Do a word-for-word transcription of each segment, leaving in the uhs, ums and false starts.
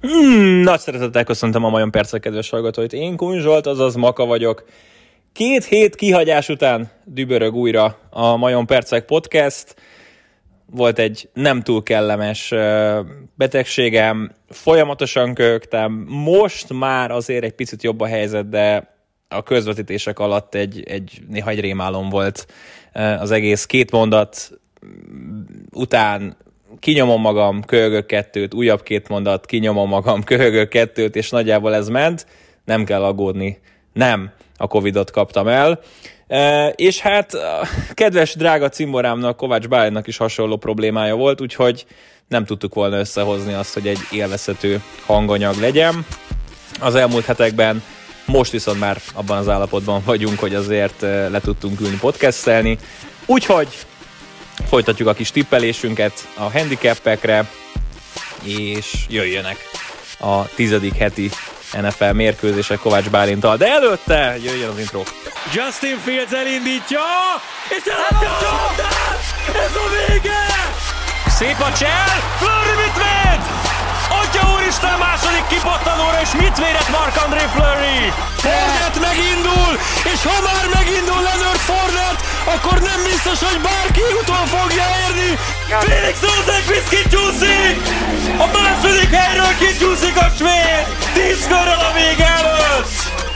Hmm, nagy szeretettel köszöntöm a Majom Percek kedves hallgatóit. Én Kun Zsolt, azaz Maka vagyok. Két hét kihagyás után dübörög újra a Majom Percek podcast. Volt egy nem túl kellemes betegségem, folyamatosan köhögtem. Most már azért egy picit jobb a helyzet, de a közvetítések alatt egy, egy néha egy rémálom volt az egész. Két mondat után kinyomom magam, köhögök kettőt, újabb két mondat, kinyomom magam, köhögök kettőt, és nagyjából ez ment. Nem kell aggódni. Nem a Covidot kaptam el. E, és hát a kedves, drága cimborámnak, Kovács Bálintnak is hasonló problémája volt, úgyhogy nem tudtuk volna összehozni azt, hogy egy élvezhető hanganyag legyen. Az elmúlt hetekben most viszont már abban az állapotban vagyunk, hogy azért le tudtunk ülni podcastelni. Úgyhogy folytatjuk a kis tippelésünket a handicapekre, és jöjjönek a tizedik heti en ef el mérkőzések Kovács Bálinttal. De előtte jöjjön az intro. Justin Fields elindítja, és elindítja! Ez a vége! Szép a csel! Fleury mit véd? Atya úristen, második kipattanóra, és mit védett Marc-André Fleury? Fournette megindul, és ha már megindul Leonard Fournette, akkor nem biztos, hogy bárki utol fogja érni. Felix Rosenqvist kicsúszik! A második helyről kicsúszik a svéd! Tíz körrel a vége előtt!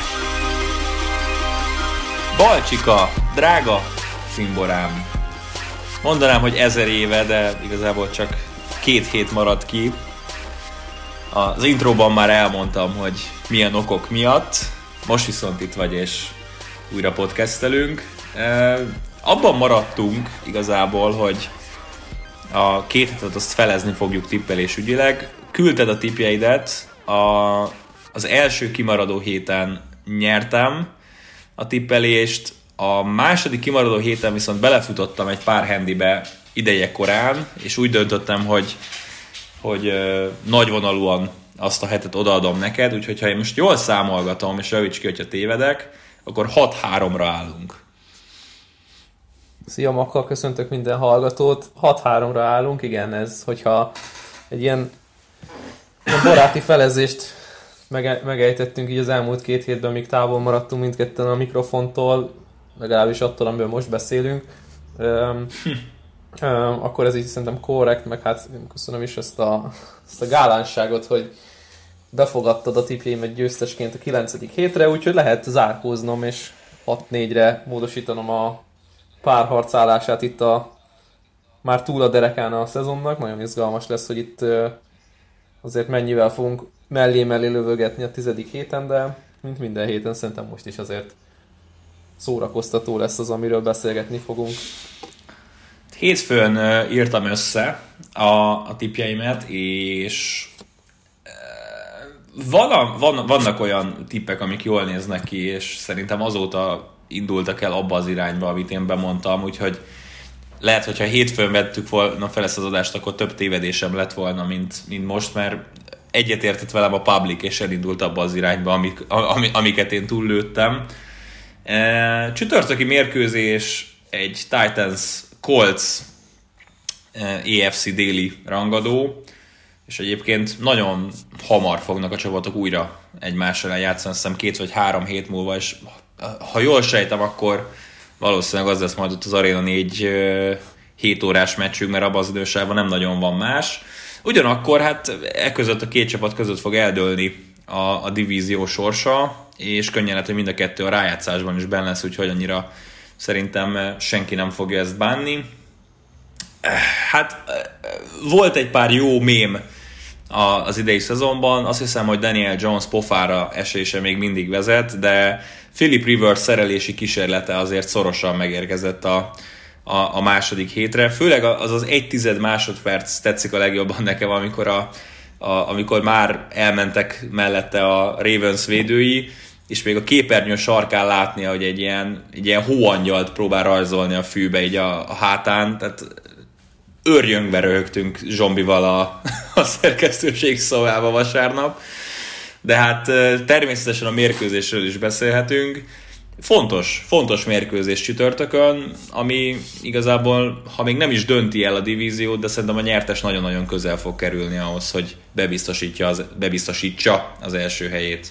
Balcsika, drága cimborám. Mondanám, hogy ezer éve, de igazából csak két hét maradt ki. Az intróban már elmondtam, hogy milyen okok miatt. Most viszont itt vagy, és újra podcastelünk. E, abban maradtunk igazából, hogy a két hetet azt felezni fogjuk tippelés ügyileg. Küldted a tippjeidet, a, az első kimaradó héten nyertem a tippelést, a második kimaradó héten viszont belefutottam egy pár handibe ideje korán, és úgy döntöttem, hogy hogy ö, nagyvonalúan azt a hetet odaadom neked, úgyhogy ha én most jól számolgatom, és javíts ki, hogyha tévedek, akkor hat háromra állunk. Szia Maka, köszöntök minden hallgatót. hat háromra állunk, igen, ez, hogyha egy ilyen, ilyen baráti felezést mege, megejtettünk így az elmúlt két hétben, míg távol maradtunk mindketten a mikrofontól, legalábbis attól, amiről most beszélünk. Um, hm. Uh, akkor ez így szerintem korrekt, meg hát köszönöm is ezt a, ezt a gálánságot, hogy befogadtad a tippjeimet győztesként a kilencedik hétre, úgyhogy lehet zárkóznom, és hat négyre módosítanom a párharcálását itt a már túl a derekán a szezonnak. Nagyon izgalmas lesz, hogy itt uh, azért mennyivel fogunk mellé-mellé lövögetni a tizedik héten, de mint minden héten szerintem most is azért szórakoztató lesz az, amiről beszélgetni fogunk. Hétfőn uh, írtam össze a, a tippjeimet, és uh, van, van, vannak olyan tippek, amik jól néznek ki, és szerintem azóta indultak el abba az irányba, amit én bemondtam, úgyhogy lehet, hogyha hétfőn vettük volna fel ezt az adást, akkor több tévedésem lett volna, mint, mint most, mert egyetértett velem a public, és elindult abba az irányba, amik, am, amiket én túllőttem. Uh, csütörtöki mérkőzés, egy Titans Colts á ef cé déli rangadó, és egyébként nagyon hamar fognak a csapatok újra egymással játszani, azt hiszem két vagy három hét múlva, és ha jól sejtem, akkor valószínűleg az lesz majd ott az Arena négy hét órás meccsünk, mert abban az idősávban nem nagyon van más. Ugyanakkor hát e között a két csapat között fog eldőlni a, a divízió sorsa, és könnyen lehet, hogy mind a kettő a rájátszásban is benne lesz, úgyhogy annyira szerintem senki nem fogja ezt bánni. Hát volt egy pár jó mém az idei szezonban, azt hiszem, hogy Daniel Jones pofára esése még mindig vezet, de Philip Rivers szerelési kísérlete azért szorosan megérkezett a, a, a második hétre. Főleg az az egy tized másodperc tetszik a legjobban nekem, amikor, a, a, amikor már elmentek mellette a Ravens védői, és még a képernyő sarkán látnia, hogy egy ilyen, egy ilyen hóangyalt próbál rajzolni a fűbe így a, a hátán, tehát őrjöngve röhögtünk Zsombival a, a szerkesztőség szobába vasárnap, de hát természetesen a mérkőzésről is beszélhetünk. fontos, fontos mérkőzés csütörtökön, ami igazából, ha még nem is dönti el a divíziót, de szerintem a nyertes nagyon-nagyon közel fog kerülni ahhoz, hogy bebiztosítja az, bebiztosítsa az első helyét.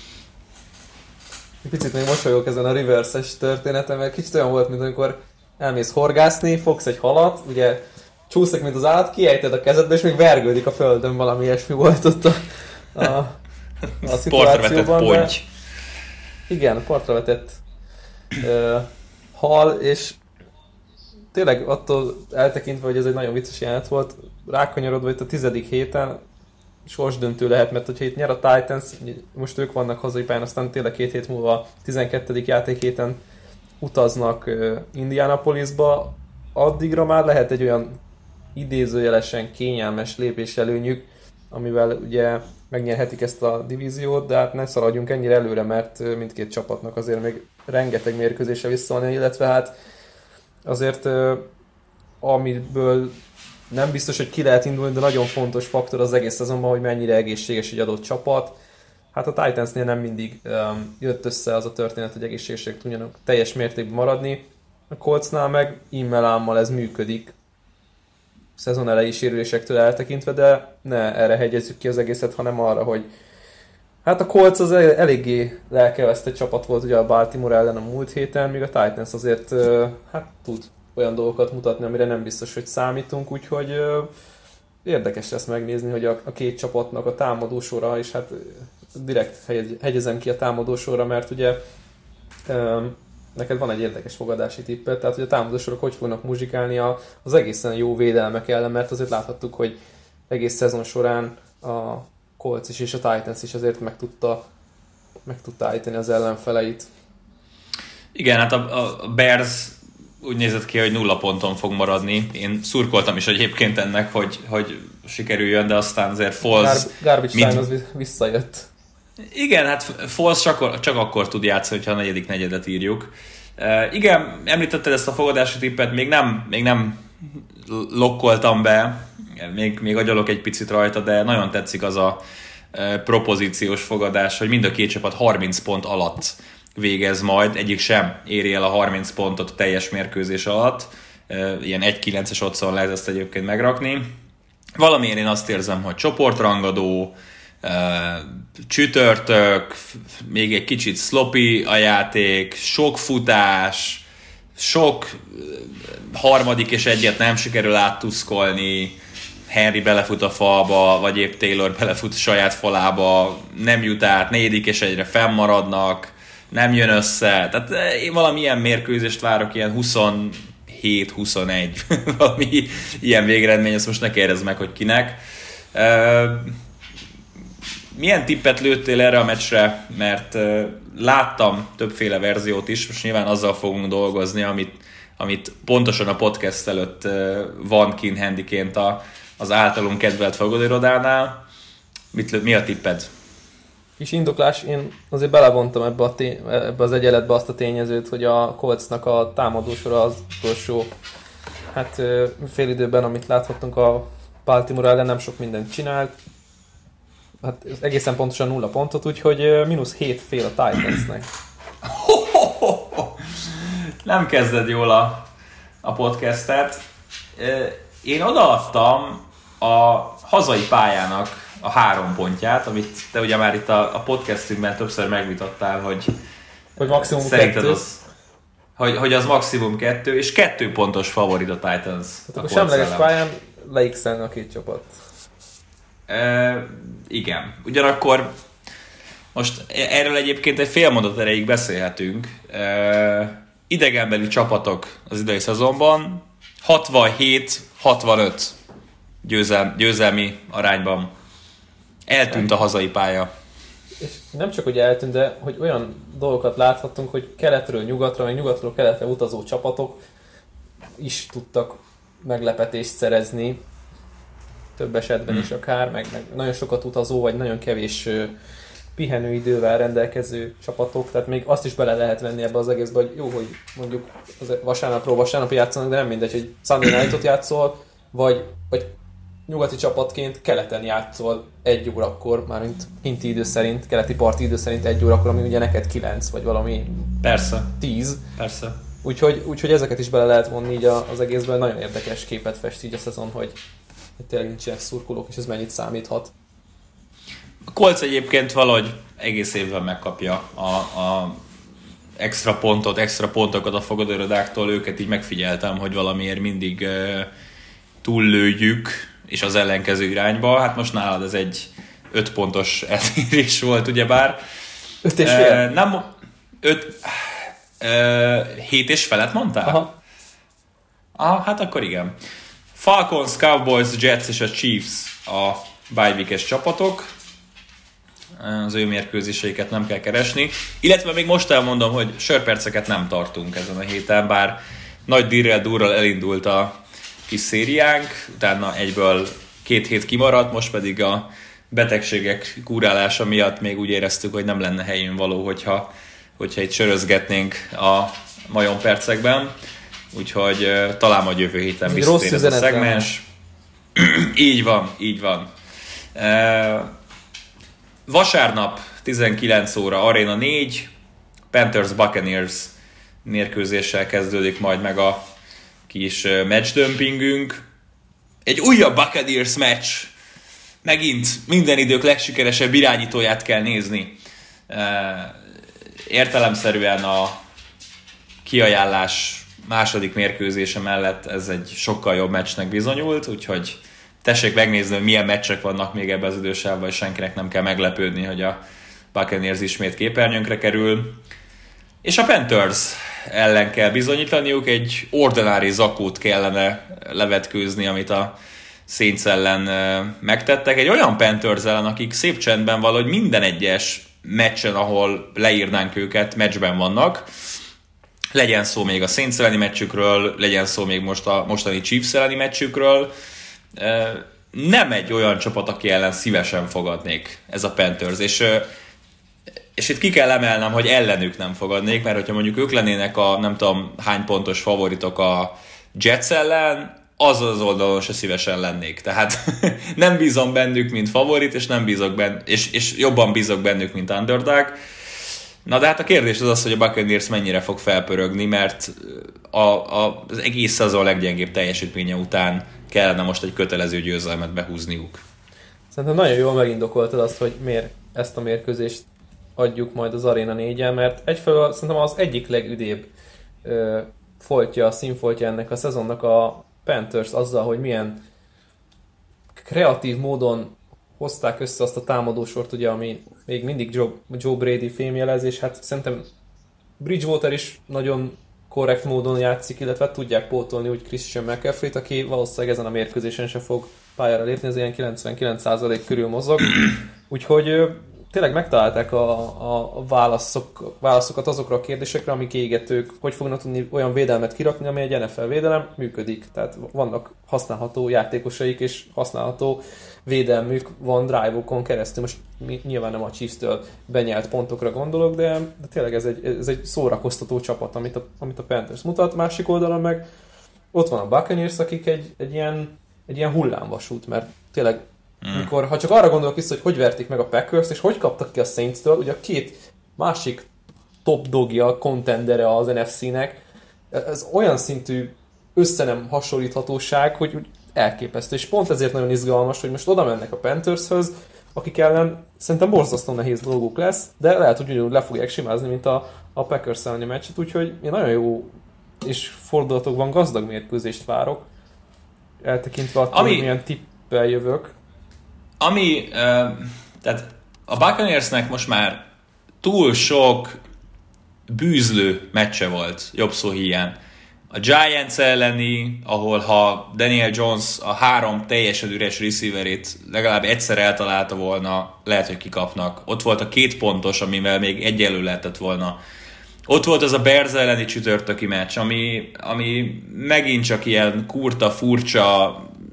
Picit még mosolyogok ezen a reverse-es történetem, mert kicsit olyan volt, mint amikor elmész horgászni, fogsz egy halat, ugye csúszik, mint az állat, kiejted a kezedbe, és még vergődik a földön, valami ilyesmi volt ott a, a, a szituációban. Partra vetett igen, a partra vetett uh, hal, és tényleg attól eltekintve, hogy ez egy nagyon vicces jelenet volt, rákanyarodva itt a tizedik héten sorsdöntő lehet, mert hogyha itt nyer a Titans, most ők vannak hazai pályán, aztán tényleg két hét múlva tizenkettedik játékhéten utaznak uh, Indianapolisba, addigra már lehet egy olyan idézőjelesen kényelmes lépéselőnyük, amivel ugye megnyerhetik ezt a divíziót, de hát ne szaladjunk ennyire előre, mert mindkét csapatnak azért még rengeteg mérkőzése visszaadni, illetve hát azért amiből nem biztos, hogy ki lehet indulni, de nagyon fontos faktor az egész szezonban, hogy mennyire egészséges egy adott csapat. Hát a Titansnél nem mindig um, jött össze az a történet, hogy egészségesek tudjanak teljes mértékben maradni. A Coltsnál meg immelámmal ez működik, szezon elejé sérülésektől eltekintve, de ne erre hegyezzük ki az egészet, hanem arra, hogy hát a Colts az eléggé lelkevesztett csapat volt ugye a Baltimore ellen a múlt héten, míg a Titans azért hát tud olyan dolgokat mutatni, amire nem biztos, hogy számítunk, úgyhogy érdekes lesz megnézni, hogy a, a két csapatnak a támadósora, és hát direkt hegyezem ki a támadósora, mert ugye neked van egy érdekes fogadási tippet, tehát hogy a támadósorok hogy fognak muzsikálni az egészen jó védelmek ellen, mert azért láthattuk, hogy egész szezon során a Colts is és a Titans is azért meg tudta, meg tudta állítani az ellenfeleit. Igen, hát a, a Bears úgy nézett ki, hogy nulla ponton fog maradni. Én szurkoltam is egyébként ennek, hogy, hogy sikerüljön, de aztán azért Foles... Gar- Garbage mind... time az visszajött. Igen, hát Foles csak, csak akkor tud játszani, hogyha a negyedik negyedet írjuk. Uh, igen, említetted ezt a fogadási tippet, még nem, még nem lokkoltam be, még, még agyalok egy picit rajta, de nagyon tetszik az a uh, propozíciós fogadás, hogy mind a két csapat harminc pont alatt végez majd, egyik sem éri el a harminc pontot a teljes mérkőzés alatt. Uh, ilyen egy kilences oddszon lehet ezt egyébként megrakni. Valamiért én azt érzem, hogy csoportrangadó, Uh, csütörtök, még egy kicsit sloppy a játék, sok futás, sok uh, harmadik és egyet nem sikerül áttuszkolni, Henry belefut a falba, vagy épp Taylor belefut a saját falába, nem jut át, negyedik és egyre fennmaradnak, nem jön össze, tehát én valami ilyen mérkőzést várok, ilyen huszonhét huszonegy, valami ilyen végeredmény, ezt most ne kérdezz meg, hogy kinek. Uh, Milyen tippet lőttél erre a meccsre? Mert uh, láttam többféle verziót is, most nyilván azzal fogunk dolgozni, amit, amit pontosan a podcast előtt uh, van kint handiként a, az általunk kedvelt fogadóirodánál. Mit, mi a tipped? Kis indoklás, én azért belevontam ebbe, a tény, ebbe az egyenletbe azt a tényezőt, hogy a Coltsnak a támadósora az utolsó hát fél időben, amit láthattunk a Baltimore ellen, nem sok mindent csinált. Hát egészen pontosan nulla pontot, úgyhogy mínusz hét fél a Titansnek. Nem kezded jól a, a podcastet. Én odaadtam a hazai pályának a három pontját, amit te ugye már itt a, a podcastünkben többször megvitattál, hogy, hogy maximum szerinted kettő. Az, hogy, hogy az maximum kettő, és kettő pontos favorit a Titans. Tehát a akkor semleges pályán leikszelni a két csapat. E, igen. Ugyanakkor most erről egyébként egy fél mondat erejéig beszélhetünk. E, idegenbeli csapatok az idei szezonban hatvanhét hatvanöt győzel, győzelmi arányban. Eltűnt a hazai pálya. És nem csak, hogy eltűnt, de hogy olyan dolgokat láthattunk, hogy keletről nyugatra, vagy nyugatról keletre utazó csapatok is tudtak meglepetést szerezni. Több esetben hmm. is akár, meg, meg nagyon sokat utazó, vagy nagyon kevés uh, pihenőidővel rendelkező csapatok, tehát még azt is bele lehet venni ebbe az egészbe, hogy jó, hogy mondjuk az vasárnapról vasárnap játszanak, de nem mindegy, hogy Sunday Night-ot játszol, vagy, vagy nyugati csapatként keleten játszol egy órakor, mármint kinti idő szerint, keleti parti idő szerint egy órakor, ami ugye neked kilenc, vagy valami Persze. tíz. Persze. Úgyhogy, úgyhogy ezeket is bele lehet vonni így az egészben. Nagyon érdekes képet fest így a szezon, hogy tényleg nincsenek szurkolók, és ez mennyit számíthat. A Colts egyébként valahogy egész évben megkapja a, a extra pontot, extra pontokat a fogadóirodáktól, őket így megfigyeltem, hogy valamiért mindig uh, túllőjük, és az ellenkező irányba. Hát most nálad ez egy öt pontos eltérés volt, ugyebár. Öt és fél? Uh, nem, öt, uh, hét és felet mondtál? Aha. Ah, hát akkor igen. Falcons, Cowboys, Jets és a Chiefs a bye week-es csapatok. Az ő mérkőzéseiket nem kell keresni. Illetve még most elmondom, hogy sörperceket nem tartunk ezen a héten, bár nagy dirrel durral elindult a kis szériánk, utána egyből két hét kimaradt, most pedig a betegségek kúrálása miatt még úgy éreztük, hogy nem lenne helyén való, hogyha, hogyha itt sörözgetnénk a majom percekben. Úgyhogy uh, talán majd jövő héten visszatér ez a szegmens. Így van, így van. Uh, vasárnap tizenkilenc óra Arena négy, Panthers Buccaneers mérkőzéssel kezdődik majd meg a kis uh, matchdömpingünk. Egy újabb Buccaneers meccs. Megint minden idők legsikeresebb irányítóját kell nézni. Uh, értelemszerűen a kiajánlás második mérkőzése mellett ez egy sokkal jobb meccsnek bizonyult, úgyhogy tessék megnézni, hogy milyen meccsek vannak még ebben az idősávban, és senkinek nem kell meglepődni, hogy a Buccaneers ismét képernyőnkre kerül. És a Panthers ellen kell bizonyítaniuk, egy ordinári zakót kellene levetkőzni, amit a Saints ellen megtettek. Egy olyan Panthers ellen, akik szép csendben valahogy minden egyes meccsen, ahol leírnánk őket, meccsben vannak. Legyen szó még a Saints elleni meccsükről, legyen szó még most a mostani Chiefs elleni meccsükről. Nem egy olyan csapat, aki ellen szívesen fogadnék ez a Panthers, és, és itt ki kell emelnem, hogy ellenük nem fogadnék, mert hogyha mondjuk ők lennének a nem tudom hány pontos favoritok a Jets ellen, az az oldalon se szívesen lennék. Tehát nem bízom bennük, mint favorit, és, nem bízok bennük, és, és jobban bízok bennük, mint underdog. Na de hát a kérdés az az, hogy a Buccaneers mennyire fog felpörögni, mert a, a, az egész szezon leggyengébb teljesítménye után kellene most egy kötelező győzelmet behúzniuk. Szerintem nagyon jól megindokoltad azt, hogy miért ezt a mérkőzést adjuk majd az Arena négyen, mert egyfelől szerintem az egyik legüdébb ö, foltja, színfoltja ennek a szezonnak a Panthers azzal, hogy milyen kreatív módon hozták össze azt a támadósort, ugye, ami még mindig Joe, Joe Brady fémjelez, és hát szerintem Bridgewater is nagyon korrekt módon játszik, illetve tudják pótolni úgy Christian McCaffrey-t, aki valószínűleg ezen a mérkőzésen se fog pályára lépni, ez ilyen kilencvenkilenc százalék körül mozog. Úgyhogy tényleg megtalálták a, a, a válaszok, válaszokat azokra a kérdésekre, amik égetők, hogy fognak tudni olyan védelmet kirakni, ami egy en ef el védelem működik. Tehát vannak használható játékosaik, és használható védelmük van drive-okon keresztül. Most nyilván nem a Chiefs-től benyelt pontokra gondolok, de, de tényleg ez egy, ez egy szórakoztató csapat, amit a, amit a Panthers mutat. Másik oldalon meg ott van a Buccaneers, akik egy, egy, ilyen, egy ilyen hullámvasút, mert tényleg Mm. Mikor, ha csak arra gondolok vissza, hogy hogy verték meg a Packers, és hogy kaptak ki a Saints-től, ugye a két másik top dogja, contendere az en ef cé-nek, ez olyan szintű összenem hasonlíthatóság, hogy elképesztő, és pont ezért nagyon izgalmas, hogy most oda mennek a Panthershöz, akik ellen szerintem borzasztó nehéz dolguk lesz, de lehet, hogy ugyanúgy le fogják simázni, mint a, a Packers elleni meccset, úgyhogy én nagyon jó és fordulatokban gazdag mérkőzést várok, eltekintve attól, Ami... hogy milyen tippel jövök. Ami, uh, tehát a Buccaneersnek most már túl sok bűzlő meccse volt, jobb szó hiány. A Giants elleni, ahol ha Daniel Jones a három teljesen üres receiverét legalább egyszer eltalálta volna, lehet, hogy kikapnak. Ott volt a két pontos, amivel még egyelő lehetett volna. Ott volt az a Bears elleni csütörtöki meccs, ami, ami megint csak ilyen kurta, furcsa,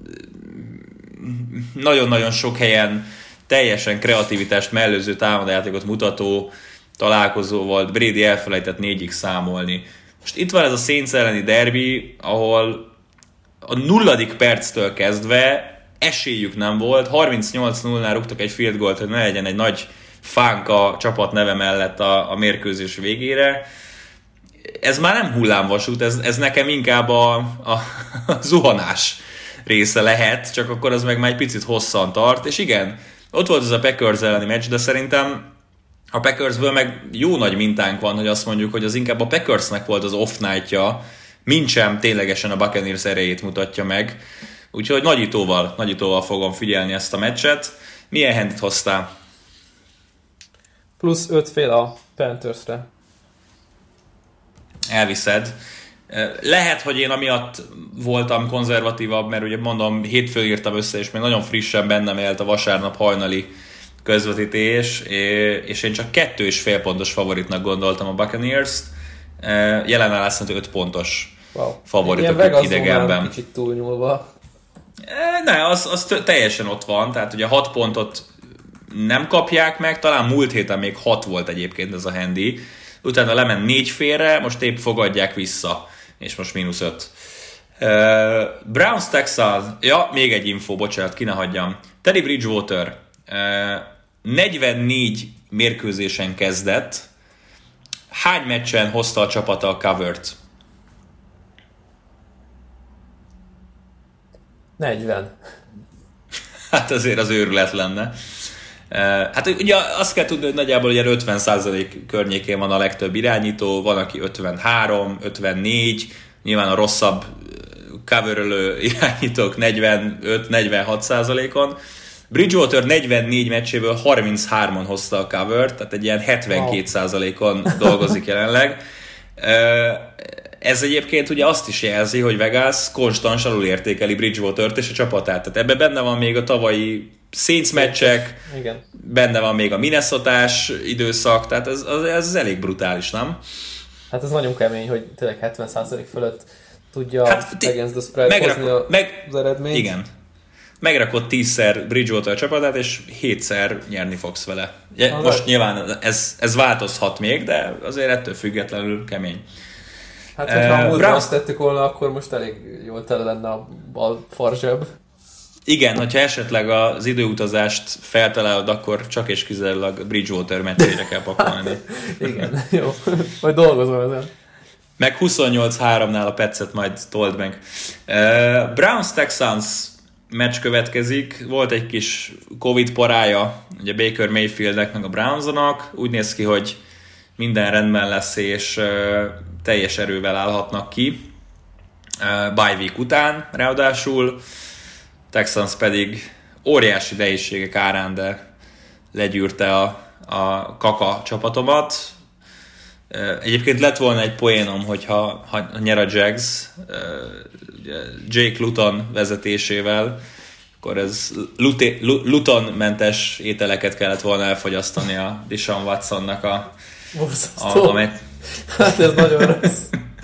nagyon-nagyon sok helyen teljesen kreativitást mellőző támadjátékot mutató találkozó volt, Brady elfelejtett négyig számolni. Most itt van ez a Saints elleni derby, ahol a nulladik perctől kezdve esélyük nem volt, harmincnyolc nullnál rúgtak egy field goalt, hogy ne legyen egy nagy fánk a csapat neve mellett a, a mérkőzés végére. Ez már nem hullámvasút, ez, ez nekem inkább a, a, a zuhanás része lehet, csak akkor az meg már egy picit hosszan tart, és igen, ott volt ez a Packers elleni meccs, de szerintem a Packersből meg jó nagy mintánk van, hogy azt mondjuk, hogy az inkább a Packersnek volt az off night-ja, mintsem ténylegesen a Buccaneers erejét mutatja meg. Úgyhogy nagyítóval, nagyítóval fogom figyelni ezt a meccset. Milyen handit hoztál? Plusz öt fél a Panthersre. Elviszed. Lehet, hogy én amiatt voltam konzervatívabb, mert ugye mondom, hétfőn írtam össze, és még nagyon frissen bennem élt a vasárnap hajnali közvetítés, és én csak kettő és fél pontos favoritnak gondoltam a Buccaneers-t. Jelen állás szerint öt pontos wow. favoritok idegenben. Kicsit túlnyúlva. Ne, az, az teljesen ott van, tehát ugye hat pontot nem kapják meg, talán múlt héten még hat volt egyébként ez a handy, utána lement négy félre, most épp fogadják vissza, és most mínusz öt. Uh, Browns Texans, ja, még egy info, bocsánat, ki ne hagyjam. Teddy Bridgewater uh, negyvennégy mérkőzésen kezdett, hány meccsen hozta a csapata a covert? negyven. Hát azért az őrület lenne. Hát ugye azt kell tudni, hogy nagyjából ugye ötven százalék környékén van a legtöbb irányító, van aki ötvenhárom, ötvennégy, nyilván a rosszabb coverölő irányítók negyvenöt-negyvenhat százalékon. Bridgewater negyvennégy meccséből harminchárman hozta a covert, tehát egy ilyen hetvenkét százalékon dolgozik jelenleg. Ez egyébként ugye azt is jelzi, hogy Vegas konstans alulértékeli Bridgewatert és a csapatát. Tehát ebben benne van még a tavalyi Saints meccsek, igen. Benne van még a Minnesotás időszak, tehát ez, ez, ez elég brutális, nem? Hát ez nagyon kemény, hogy tényleg hetven százalék fölött tudja hát, against the spread megrakod, hozni a, meg, az eredményt. Igen. Megrakott tízszer Bridgewater a csapatát, és hétszer nyerni fogsz vele. Az most az nyilván ez, ez változhat még, de azért ettől függetlenül kemény. Hát, hogyha uh, múlva azt tettük volna, akkor most elég jól tele lenne a bal farzseb. Igen, hogyha esetleg az időutazást feltalálod, akkor csak és kizárólag Bridgewater meccsére kell pakolni. Igen, jó. Majd dolgozom ezen. Meg huszonnyolc háromnál a Petszet majd told meg. Uh, Browns-Texans meccs következik. Volt egy kis Covid parája, ugye Baker Mayfieldnek meg a Brownsnak. Úgy néz ki, hogy minden rendben lesz, és uh, teljes erővel állhatnak ki. Uh, bye week után ráadásul. Texans pedig óriási nehézségek árán, de legyűrte a, a kaka csapatomat. Egyébként lett volna egy poénom, hogyha ha nyer a Jags Jake Luton vezetésével, akkor ez Luton-mentes ételeket kellett volna elfogyasztani a Deshaun Watsonnak a... a, a met... Hát ez nagyon rossz.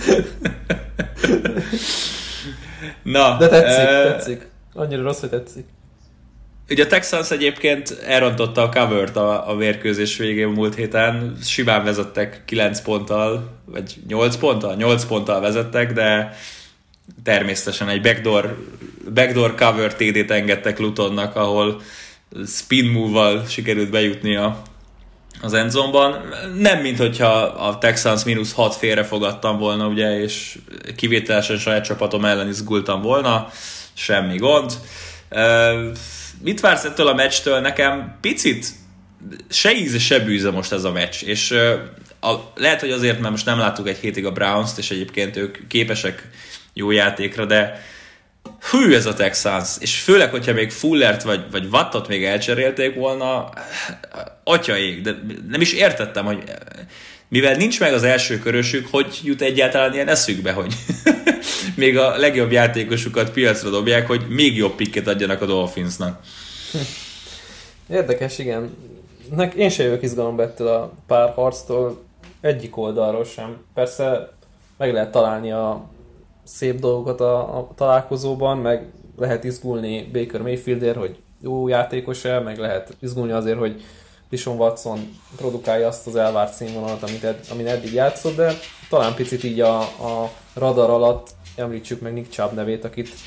Na, de tetszik, uh, tetszik. Annyira rossz, hogy tetszik. Ugye a Texans egyébként elrontotta a covert a, a mérkőzés végén múlt héten. Simán vezettek kilenc ponttal, vagy nyolc ponttal? nyolc ponttal vezettek, de természetesen egy backdoor, backdoor cover té dét engedtek Lutonnak, ahol spin move-val sikerült bejutni a, az endzone-ban. Nem, mint hogyha a Texans mínusz hat félre fogadtam volna, ugye, és kivételesen saját csapatom ellen izgultam volna. Semmi gond. Uh, mit vársz ettől a meccstől? Nekem picit se íze, se bűze most ez a meccs. És uh, a, lehet, hogy azért, mert most nem láttuk egy hétig a Browns-t, és egyébként ők képesek jó játékra, de hű ez a Texans. És főleg, hogyha még Fullert vagy, vagy Wattot még elcserélték volna, atyaég, de nem is értettem, hogy mivel nincs meg az első körösük, hogy jut egyáltalán ilyen eszükbe, hogy még a legjobb játékosukat piacra dobják, hogy még jobb pikket adjanak a Dolphinsnak. Érdekes, igen. Nek én sem jövök izgalomba ettől a pár harctól, egyik oldalról sem. Persze meg lehet találni a szép dolgokat a, a találkozóban, meg lehet izgulni Baker Mayfieldért, hogy jó játékos-e, meg lehet izgulni azért, hogy Deshaun Watson produkálja azt az elvárt színvonalat, amit, ed, amit eddig játszott, de talán picit így a, a radar alatt említsük meg Nick Chubb nevét, akit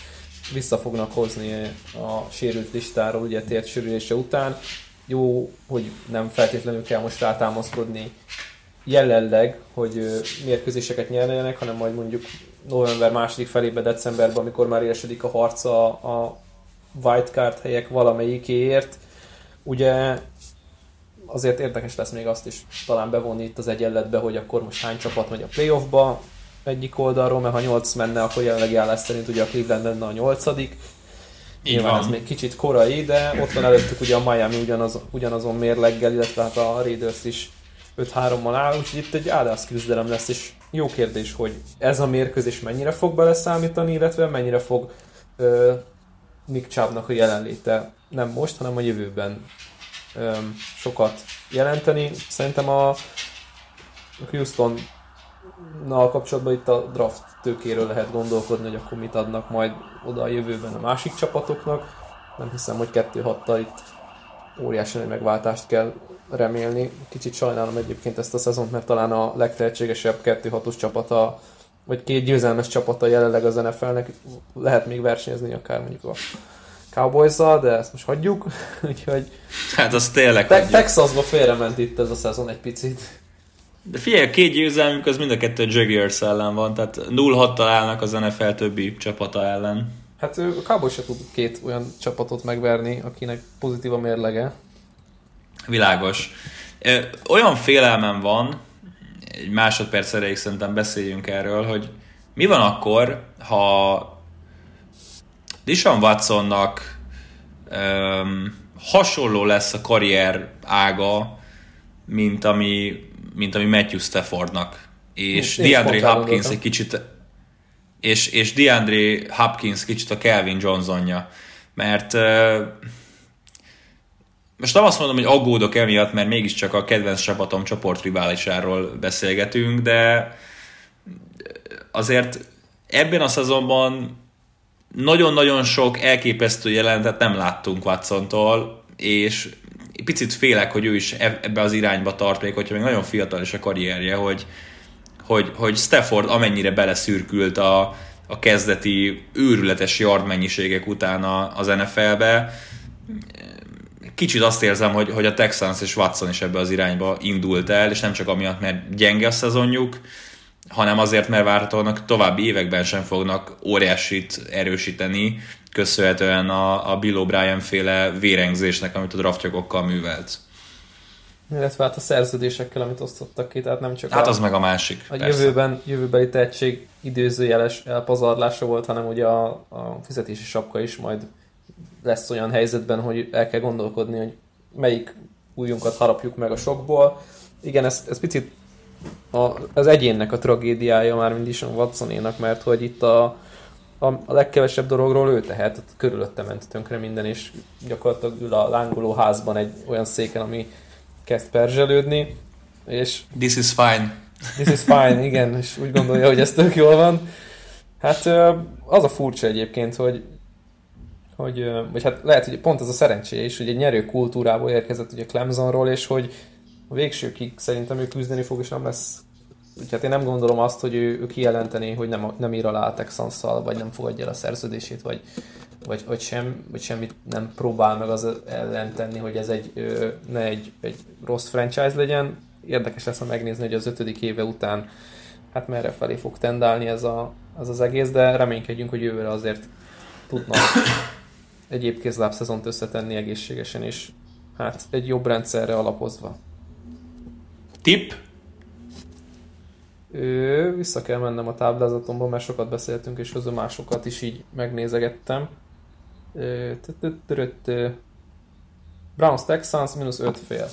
vissza fognak hozni a sérült listáról, ugye tért sérülése után. Jó, hogy nem feltétlenül kell most rátámaszkodni jelenleg, hogy mérkőzéseket nyerjenek, hanem majd mondjuk november második felébe, decemberben, amikor már élesedik a harca a wildcard helyek valamelyikéért. Ugye azért érdekes lesz még azt is talán bevonni itt az egyenletbe, hogy akkor most hány csapat megy a playoffba egyik oldalról, mert ha nyolc menne, akkor jelenlegi állás szerint ugye a Cleveland lenne a nyolcadik. Nyilván ez még kicsit korai, de ott van előttük ugye a Miami ugyanaz, ugyanazon mérleggel, illetve hát a Raiders is öt hárommal áll, úgyhogy itt egy áldás küzdelem lesz, és jó kérdés, hogy ez a mérkőzés mennyire fog beleszámítani, illetve mennyire fog uh, Nick Chubbnak a jelenléte nem most, hanem a jövőben um, sokat jelenteni. Szerintem a Houstonnal kapcsolatban itt a draft tőkéről lehet gondolkodni, hogy akkor mit adnak majd oda a jövőben a másik csapatoknak. Nem hiszem, hogy kettő hattal itt óriási nagy megváltást kell remélni. Kicsit sajnálom egyébként ezt a szezont, mert talán a legtehetségesebb kettő hatos csapata, vagy két győzelmes csapata jelenleg az en ef el-nek lehet még versenyezni akár mondjuk a Cowboys-zal, de ezt most hagyjuk. Úgyhogy hát az tényleg te- Texasba félrement itt ez a szezon egy picit. De figyelj, a két győzelmük az mind a kettő a Jaguars ellen van, tehát nulla hattal állnak az en ef el többi csapata ellen. Hát a Cowboys se tud két olyan csapatot megverni, akinek pozitív a mérlege. Világos. Olyan félelmem van, egy másodperc erejéig szerintem beszéljünk erről, hogy mi van akkor, ha Deshaun Watsonnak um, hasonló lesz a karrier ága, mint ami, mint ami Matthew Staffordnak. És Én DeAndre Hopkins egy kicsit és, és DeAndre Hopkins kicsit a Calvin Johnsonja. Mert uh, most nem azt mondom, hogy aggódok emiatt, mert mégiscsak a kedvenc csapatom csoportriválisáról beszélgetünk, de azért ebben a szezonban nagyon-nagyon sok elképesztő jelentet nem láttunk Watsontól, és picit félek, hogy ő is ebbe az irányba tart, még hogyha még nagyon fiatal is a karrierje, hogy, hogy, hogy Stafford amennyire beleszürkült a, a kezdeti őrületes yard mennyiségek után az en ef el-be. Kicsit azt érzem, hogy, hogy a Texans és Watson is ebbe az irányba indult el, és nem csak amiatt, mert gyenge a szezonjuk, hanem azért, mert várhatóan további években sem fognak óriásit erősíteni, köszönhetően a, a Bill O'Brien féle vérengzésnek, amit a draftjogokkal művelt. Illetve hát a szerződésekkel, amit osztottak ki, tehát nem csak hát a, az meg a másik. A jövőben, jövőbeli tehetség időzőjeles elpazarlása volt, hanem ugye a, a fizetési sapka is majd lesz olyan helyzetben, hogy el kell gondolkodni, hogy melyik újunkat harapjuk meg a sokból. Igen, ez, ez picit a, az egyénnek a tragédiája már mind is a Watsonénak, mert hogy itt a, a, a legkevesebb dologról ő tehet, körülötte ment tönkre minden, és gyakorlatilag ül a lángoló házban egy olyan széken, ami kezd perzselődni, és this is fine. This is fine, igen, és úgy gondolja, hogy ez tök jól van. Hát az a furcsa egyébként, hogy hogy, vagy hát lehet, hogy pont ez a szerencséje is, hogy egy nyerő kultúrából érkezett ugye Clemsonról, és hogy a végsőkig szerintem ő küzdeni fog, és nem lesz. Úgyhogy én nem gondolom azt, hogy ő, ő kijelenteni, hogy nem, nem ír alá a Texansszal, vagy nem fogadja el a szerződését, vagy, vagy, vagy, sem, vagy semmit nem próbál meg az ellen tenni, hogy ez egy, ne egy, egy rossz franchise legyen. Érdekes lesz megnézni, hogy az ötödik éve után hát merre felé fog tendálni ez, a, ez az egész, de reménykedjünk, hogy jövőre azért tudnak egy épkézláb szezont összetenni egészségesen, és hát egy jobb rendszerre alapozva. Tipp? Ö, vissza kell mennem a táblázatomban, mert sokat beszéltünk, és közül másokat is így megnézegettem. Browns Texans mínusz öt fél.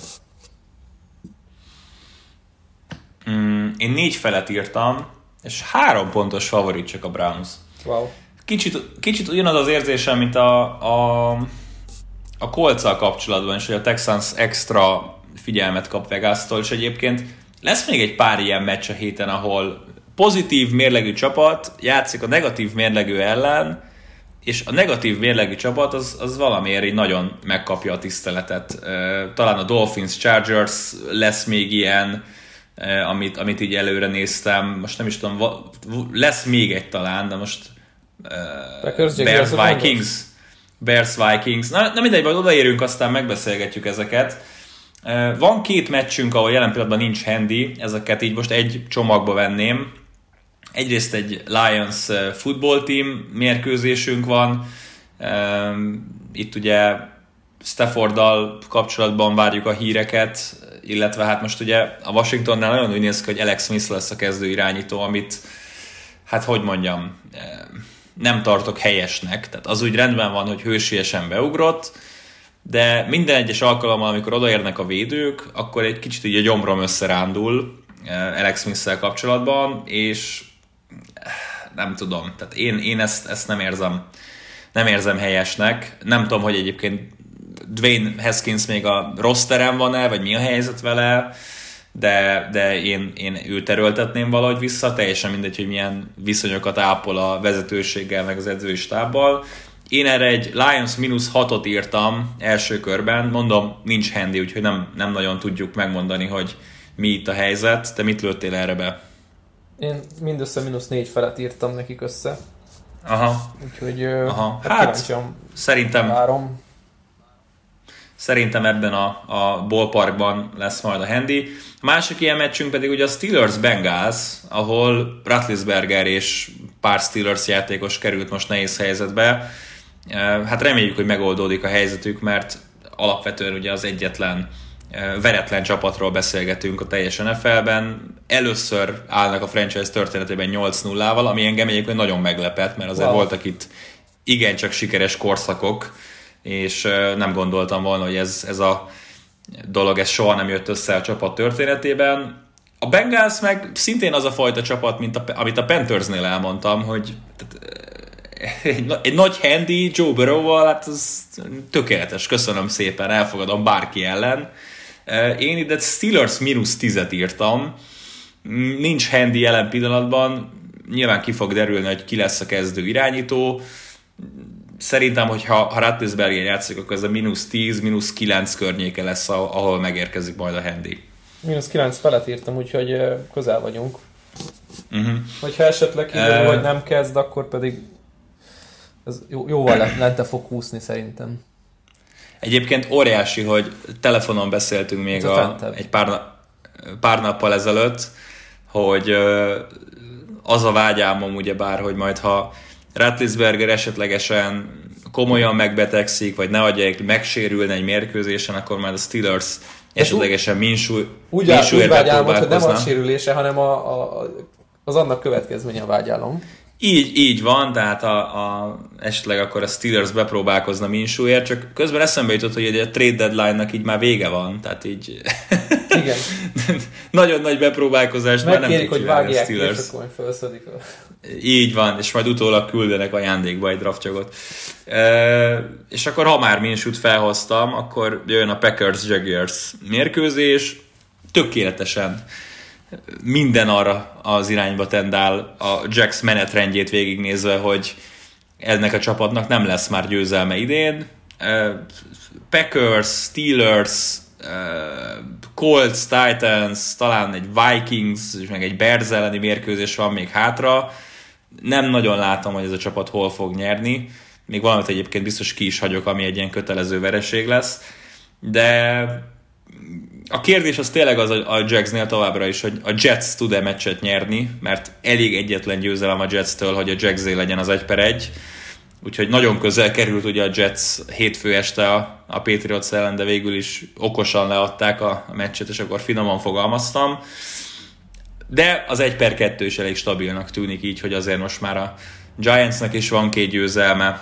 Mm, én négy felet írtam, és három pontos favorit csak a Browns. Wow. Kicsit, kicsit ugyanaz az érzésem, mint a, a, a Colts-al kapcsolatban, és hogy a Texans extra figyelmet kap Vegas-tól, és egyébként lesz még egy pár ilyen meccs a héten, ahol pozitív mérlegű csapat játszik a negatív mérlegű ellen, és a negatív mérlegű csapat az, az valamiért így nagyon megkapja a tiszteletet. Talán a Dolphins, Chargers lesz még ilyen, amit, amit így előre néztem. Most nem is tudom, lesz még egy talán, de most uh, Bears Vikings. Bears Vikings. Na, na mindegy, majd odaérünk, aztán megbeszélgetjük ezeket. Uh, van két meccsünk, ahol jelen pillanatban nincs handy, ezeket így most egy csomagba venném. Egyrészt egy Lions football team mérkőzésünk van. Uh, itt ugye Stafforddal kapcsolatban várjuk a híreket, illetve hát most ugye a Washingtonnál nagyon úgy néz ki, hogy Alex Smith lesz a kezdő irányító, amit hát hogy mondjam, nem tartok helyesnek. Tehát az úgy rendben van, hogy hősiesen beugrott, de minden egyes alkalommal, amikor odaérnek a védők, akkor egy kicsit így a gyomrom összerándul Alex Smith-szel kapcsolatban, és nem tudom, tehát én, én ezt, ezt nem érzem nem érzem helyesnek. Nem tudom, hogy egyébként Dwayne Haskins még a rosteren van-e, vagy mi a helyzet vele, de, de én, én őt erőltetném valahogy vissza, teljesen mindegy, hogy milyen viszonyokat ápol a vezetőséggel, meg az edzői stábbal. Én erre egy Lions mínusz hatot írtam első körben, mondom, nincs handy, úgyhogy nem, nem nagyon tudjuk megmondani, hogy mi itt a helyzet. Te mit lőttél erre be? Én mindössze mínusz négy felett írtam nekik össze. Aha. Úgyhogy Aha. Hát, hát szerintem, várom. szerintem ebben a, a ballparkban lesz majd a handy. A másik ilyen meccsünk pedig ugye a Steelers-Bengals, ahol Roethlisberger és pár Steelers játékos került most nehéz helyzetbe. Hát reméljük, hogy megoldódik a helyzetük, mert alapvetően ugye az egyetlen veretlen csapatról beszélgetünk a teljes en ef el-ben. Először állnak a franchise történetében nyolc nullával, ami engem egyébként nagyon meglepett, mert azért wow. voltak itt igencsak sikeres korszakok, és nem gondoltam volna, hogy ez, ez a dolog ez soha nem jött össze a csapat történetében. A Bengals meg szintén az a fajta csapat, mint a, amit a Panthersnél elmondtam, hogy egy, egy nagy handy Joe Burrow-val, hát ez tökéletes, köszönöm szépen, elfogadom bárki ellen. Én ide Steelers mínusz tízet írtam, nincs handy jelen pillanatban, nyilván ki fog derülni, hogy ki lesz a kezdő irányító. Szerintem, hogyha ha Roethlisberger játszik, akkor ez a mínusz tíz, mínusz kilenc környéke lesz, ahol megérkezik majd a handy. mínusz kilenc felett írtam, úgyhogy közel vagyunk. Uh-huh. Hogyha esetleg kiderül, uh, hogy nem kezd, akkor pedig ez jó, jóval lente fog húszni szerintem. Egyébként óriási, hogy telefonon beszéltünk még a, egy pár, na, pár nappal ezelőtt, hogy az a vágyálmom ugyebár, hogy majd ha Roethlisberger esetlegesen komolyan megbetegszik, vagy ne adják, megsérülne egy mérkőzésen, akkor már a Steelers esetlegesen Minshew úgy, úgy vágyálmod, hogy nem a sérülése, hanem a, a, az annak következménye a vágyálom. Így, így van, tehát a, a, esetleg akkor a Steelers bepróbálkozna Minshewért, csak közben eszembe jutott, hogy a trade deadline-nak így már vége van, tehát így igen. nagyon nagy bepróbálkozást már nem tud hogy vágják a Steelers. És akkor majd felszedik. Így van, és majd utólag küldenek ajándékba egy draftjogot. E, és akkor ha már Minshewt felhoztam, akkor jön a Packers-Jaguars mérkőzés, tökéletesen minden arra az irányba tendál a Jacks menetrendjét végignézve, hogy ennek a csapatnak nem lesz már győzelme idén. Packers, Steelers, Colts, Titans, talán egy Vikings, és meg egy Bears elleni mérkőzés van még hátra. Nem nagyon látom, hogy ez a csapat hol fog nyerni. Még valamit egyébként biztos ki is hagyok, ami egy ilyen kötelező vereség lesz. De a kérdés az tényleg az a Jacksnél továbbra is, hogy a Jets tud-e meccset nyerni, mert elég egyetlen győzelem a Jetstől, hogy a Jacksé legyen az egy per egy. Úgyhogy nagyon közel került ugye a Jets hétfő este a, a Patriots ellen, de végül is okosan leadták a, a meccset, és akkor finoman fogalmaztam. De az egy per kettő is elég stabilnak tűnik így, hogy azért most már a Giantsnek is van két győzelme,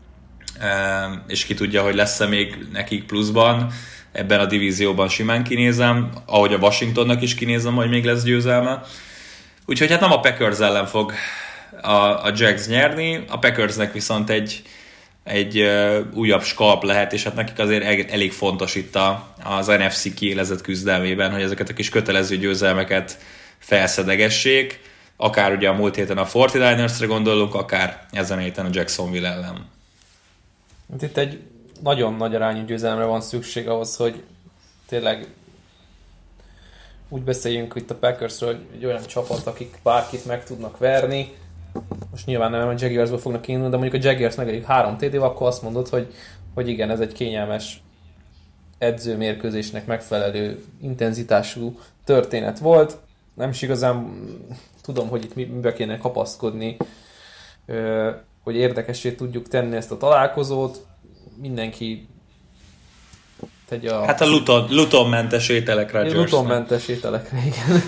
és ki tudja, hogy lesz-e még nekik pluszban. Ebben a divízióban simán kinézem, ahogy a Washingtonnak is kinézem, hogy még lesz győzelme. Úgyhogy hát nem a Packers ellen fog a, a Jags nyerni, a Packersnek viszont egy, egy uh, újabb skalp lehet, és hát nekik azért elég fontos itt a, az en ef cé kiélezett küzdelmében, hogy ezeket a kis kötelező győzelmeket felszedegessék, akár ugye a múlt héten a negyvenkilenceresre gondolunk, akár ezen a héten a Jacksonville ellen. Itt egy nagyon nagy arányú győzelemre van szükség ahhoz, hogy tényleg úgy beszéljünk itt a Packersről, hogy egy olyan csapat, akik bárkit meg tudnak verni. most nyilván nem a Jaguarsból fognak indulni, de mondjuk a Jaguars megedik három té dé-vel, akkor azt mondod, hogy, hogy igen, ez egy kényelmes edzőmérkőzésnek megfelelő intenzitású történet volt. Nem is igazán tudom, hogy itt mibe kéne kapaszkodni, hogy érdekessé tudjuk tenni ezt a találkozót. Mindenki tegye a... Hát a Luton, Luton-mentes ételekre. Luton-mentes ételekre, igen.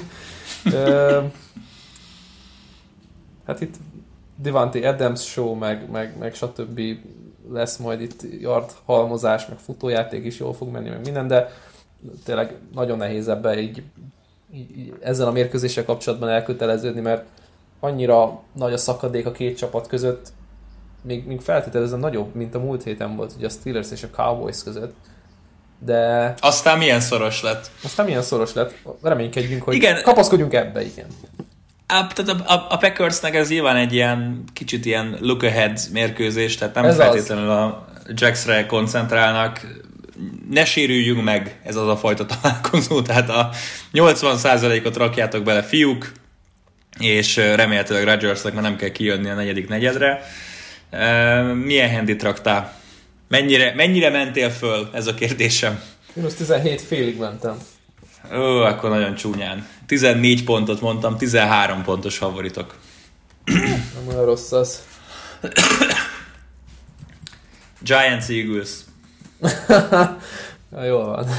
Hát itt Davante Adams show, meg, meg, meg stb. Lesz majd itt yard halmozás, meg futójáték is jól fog menni, meg minden, de tényleg nagyon nehéz ebben így, így ezzel a mérkőzéssel kapcsolatban elköteleződni, mert annyira nagy a szakadék a két csapat között, még, még feltételezem nagyobb, mint a múlt héten volt ugye a Steelers és a Cowboys között. De... Aztán milyen szoros lett. Aztán milyen szoros lett. Reménykedjünk, hogy igen. Kapaszkodjunk ebbe, igen. A, tehát a, a, a Packersnek ez nyilván egy ilyen kicsit ilyen look ahead mérkőzés, tehát nem ez feltétlenül az. A Jacksre koncentrálnak. Ne sérüljünk meg, ez az a fajta találkozó, tehát a nyolcvan százalékot rakjátok bele, fiúk, és remélhetőleg Rodgersnek már nem kell kijönni a negyedik negyedre. Milyen handit raktál? Mennyire, mennyire mentél föl? Ez a kérdésem. Minusz tizenhét félig mentem. Ó, akkor nagyon csúnyán. tizennégy pontot mondtam, tizenhárom pontos favoritok. Nem olyan rossz az. Giants Eagles. Ja, jól van.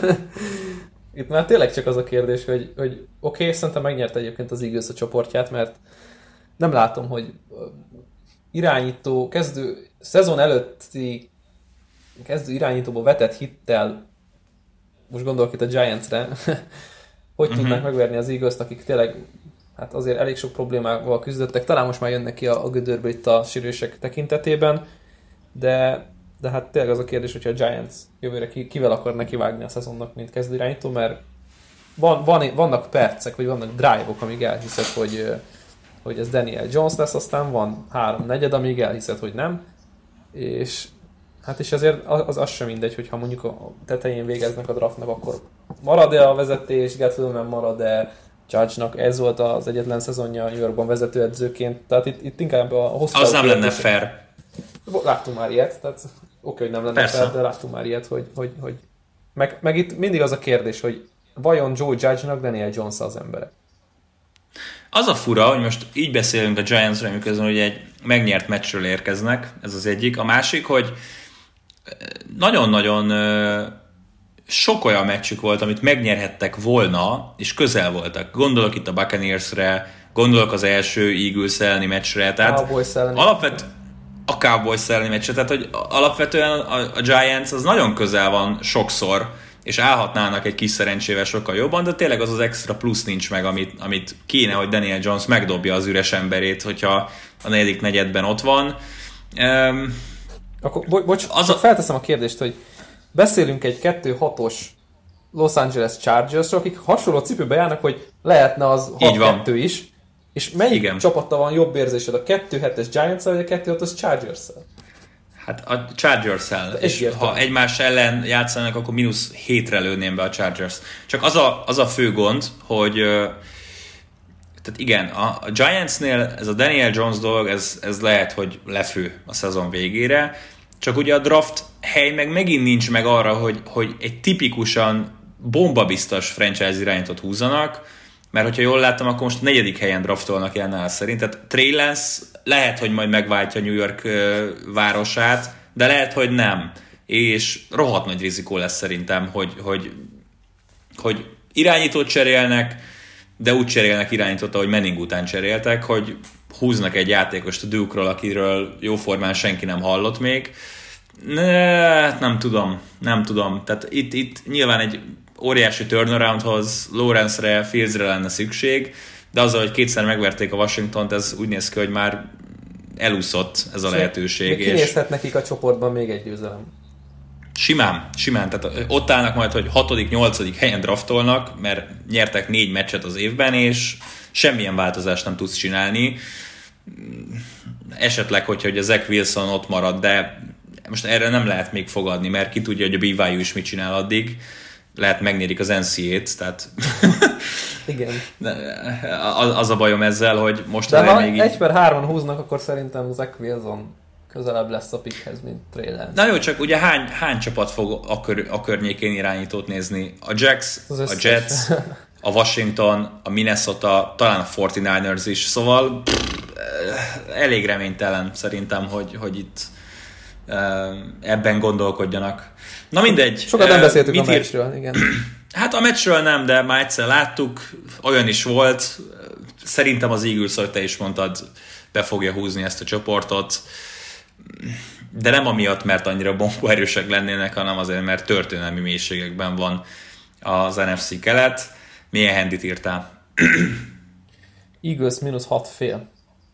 Itt már tényleg csak az a kérdés, hogy, hogy oké, okay, szerintem megnyerte egyébként az Eagles a csoportját, mert nem látom, hogy irányító, kezdő, szezon előtti kezdő irányítóba vetett hittel, most gondolok itt a Giantsre, hogy uh-huh. tudnak megverni az Eagles-t, akik tényleg hát azért elég sok problémával küzdöttek, talán most már jönnek ki a, a gödörbe itt a sérülések tekintetében, de, de hát tényleg az a kérdés, hogyha a Giants jövőre ki, kivel akar nekivágni a szezonnak, mint kezdő irányító, mert van, van, vannak percek, vagy vannak drive-ok, amíg elhiszed, hogy, hogy ez Daniel Jones lesz, aztán van három negyed, amíg elhiszed, hogy nem, és hát és azért az, az sem mindegy, hogyha mondjuk a tetején végeznek a draftnak, akkor marad-e a vezetés, Gettleman marad-e, Judge-nak ez volt az egyetlen szezonja New Yorkban vezetőedzőként, tehát itt, itt inkább a hosszú... Az nem lenne fair. Láttunk már ilyet, tehát oké, hogy nem lenne Persze. fair, de láttunk már ilyet, hogy... hogy, hogy meg, meg itt mindig az a kérdés, hogy vajon Joe Judge-nak Daniel Jones az embere? Az a fura, hogy most így beszélünk a Giants-ről, miközben hogy egy megnyert meccsről érkeznek, ez az egyik. A másik, hogy nagyon-nagyon sok olyan meccsük volt, amit megnyerhettek volna, és közel voltak. Gondolok itt a Buccaneersre, gondolok az első Eagles elleni meccsre, tehát alapvet, a Cowboys elleni meccsre, tehát hogy alapvetően a, a Giants az nagyon közel van sokszor, és állhatnának egy kis szerencsével sokkal jobban, de tényleg az az extra plusz nincs meg, amit, amit kéne, hogy Daniel Jones megdobja az üres emberét, hogyha a negyedik negyedben ott van. Um, Akkor, bo- bocs, az a... felteszem a kérdést, hogy beszélünk egy kettő hatos Los Angeles Chargersről, akik hasonló cipőbe járnak, hogy lehetne az hat kettő is, és melyik Igen. csapattal van jobb érzésed, a kettő hetes Giants-el, vagy a kettő hatos Chargers-el? Hát a Chargers-el, és értem. Ha egymás ellen játszanak, akkor mínusz hétre lőném be a Chargers. Csak az a, az a fő gond, hogy tehát igen, a, a Giantsnél ez a Daniel Jones dolog, ez, ez lehet, hogy lefő a szezon végére, csak ugye a draft hely meg megint nincs meg arra, hogy, hogy egy tipikusan bombabiztos franchise irányítót húzzanak, mert hogyha jól láttam, akkor most a negyedik helyen draftolnak jelen szerint, tehát Trey Lance lehet, hogy majd megváltja New York uh, városát, de lehet, hogy nem, és rohadt nagy rizikó lesz szerintem, hogy, hogy, hogy irányítót cserélnek, de úgy cserélnek irányítót, ahogy Manning után cseréltek, hogy húznak egy játékost a Duke-ról, akiről jóformán senki nem hallott még. Ne, nem tudom, nem tudom. Tehát itt, itt nyilván egy óriási turnaroundhoz Lawrence-re, Fields-re lenne szükség, de azzal, hogy kétszer megverték a Washingtont, ez úgy néz ki, hogy már elúszott ez a lehetőség. Még kinézhet nekik a csoportban még egy győzelem. Simán, simán. Tehát ott állnak majd, hogy hatodik, nyolcadik helyen draftolnak, mert nyertek négy meccset az évben, és semmilyen változást nem tudsz csinálni. Esetleg, hogyha hogy a Zach Wilson ott marad, de most erre nem lehet még fogadni, mert ki tudja, hogy a B Y U is mit csinál addig. Lehet megnérik az N C A A-t, tehát Igen. Az a bajom ezzel, hogy most de ha még így... egy per hárman húznak, akkor szerintem Zach Wilson közelebb lesz a pickhez, mint Trey Lance. Na jó, csak ugye hány, hány csapat fog a, kör, a környékén irányítót nézni? A Jacks, a Jets, a Washington, a Minnesota, talán a negyvenkilencesek is, szóval pff, elég reménytelen szerintem, hogy, hogy itt ebben gondolkodjanak. Na mindegy. Sokat nem beszéltük a meccsről, igen. Hát a meccsről nem, de már egyszer láttuk, olyan is volt. Szerintem az Eagles, ahogy te is mondtad, be fogja húzni ezt a csoportot. De nem amiatt, mert annyira bombóerősek lennének, hanem azért, mert történelmi mélységekben van az en ef cé kelet. Milyen handit írtál? Eagles mínusz hat fél.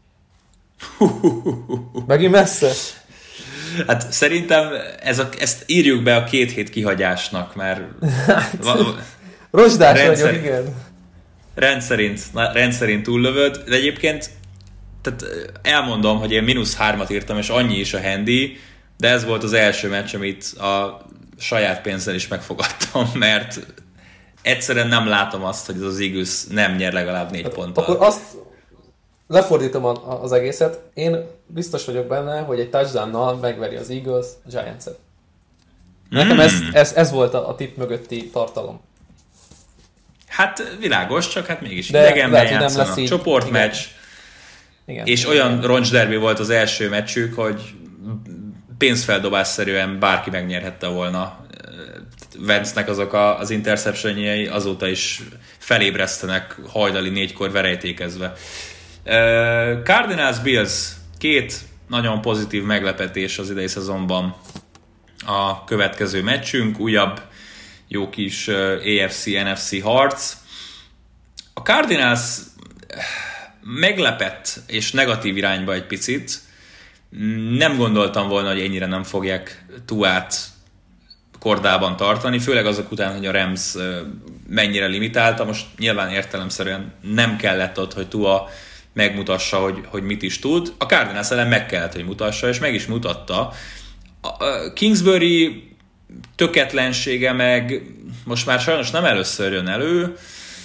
Megint messze? Hát szerintem ez a, ezt írjuk be a két hét kihagyásnak, mert... Rozsdás rendszerint, vagyok, igen. Rendszerint, rendszerint túllövöd, de egyébként tehát elmondom, hogy én mínusz hármat írtam, és annyi is a handi, de ez volt az első meccs, amit a saját pénzzel is megfogadtam, mert egyszerűen nem látom azt, hogy az Eagles nem nyer legalább négy hát ponttal. Akkor azt lefordítom az egészet. Én biztos vagyok benne, hogy egy touchdownnal megveri az Eagles a Giants-et. Nekem mm. ez, ez, ez volt a, a tipp mögötti tartalom. Hát világos, csak hát mégis de idegenben játszanak. Csoportmeccs. Igen. És igen. olyan roncsderbi volt az első meccsük, hogy pénzfeldobásszerűen bárki megnyerhette volna. Vance-nek azok a, az interceptionjei azóta is felébresztenek hajnali négykor verejtékezve. Cardinals Bills, két nagyon pozitív meglepetés az idei szezonban a következő meccsünk, újabb jó kis á ef cé en ef cé harc. A Cardinals meglepett és negatív irányba egy picit. Nem gondoltam volna, hogy ennyire nem fogják Tuát kordában tartani, főleg azok után, hogy a Rams mennyire limitálta. Most nyilván értelemszerűen nem kellett ott, hogy Tua megmutassa, hogy, hogy mit is tud. A Cardinals ellen meg kellett, hogy mutassa, és meg is mutatta. A Kingsbury töketlensége meg most már sajnos nem először jön elő.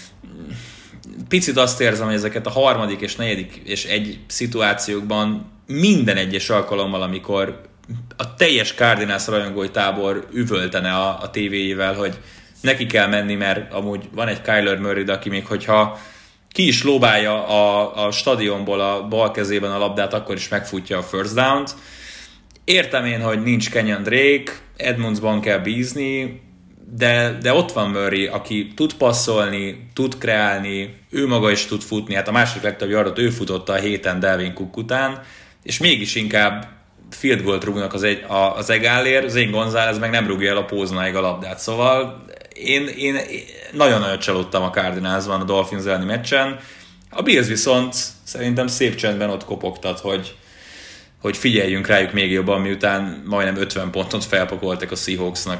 Picit azt érzem, hogy ezeket a harmadik és negyedik és egy szituációkban minden egyes alkalommal, amikor a teljes Cardinals rajongói tábor üvöltene a, a tévéjével, hogy neki kell menni, mert amúgy van egy Kyler Murray, aki még hogyha ki is lóbálja a, a stadionból a bal kezében a labdát, akkor is megfutja a first down-t. Értem én, hogy nincs Kenyon Drake, Edmundsban kell bízni, de, de ott van Murray, aki tud passzolni, tud kreálni, ő maga is tud futni, hát a másik legtöbb yardot ő futotta a héten Dalvin Cook után, és mégis inkább field goal-t rúgnak az, egy, a, az egálért, Zane Gonzalez meg nem rúgja el a póznáig a labdát, szóval én, én, én nagyon-nagyon csalódtam a Cardinalsban a Dolphins elleni meccsen, a Bills viszont szerintem szép csendben ott kopogtat, hogy hogy figyeljünk rájuk még jobban, miután majdnem ötven pontot felpakoltak a Seahawksnak.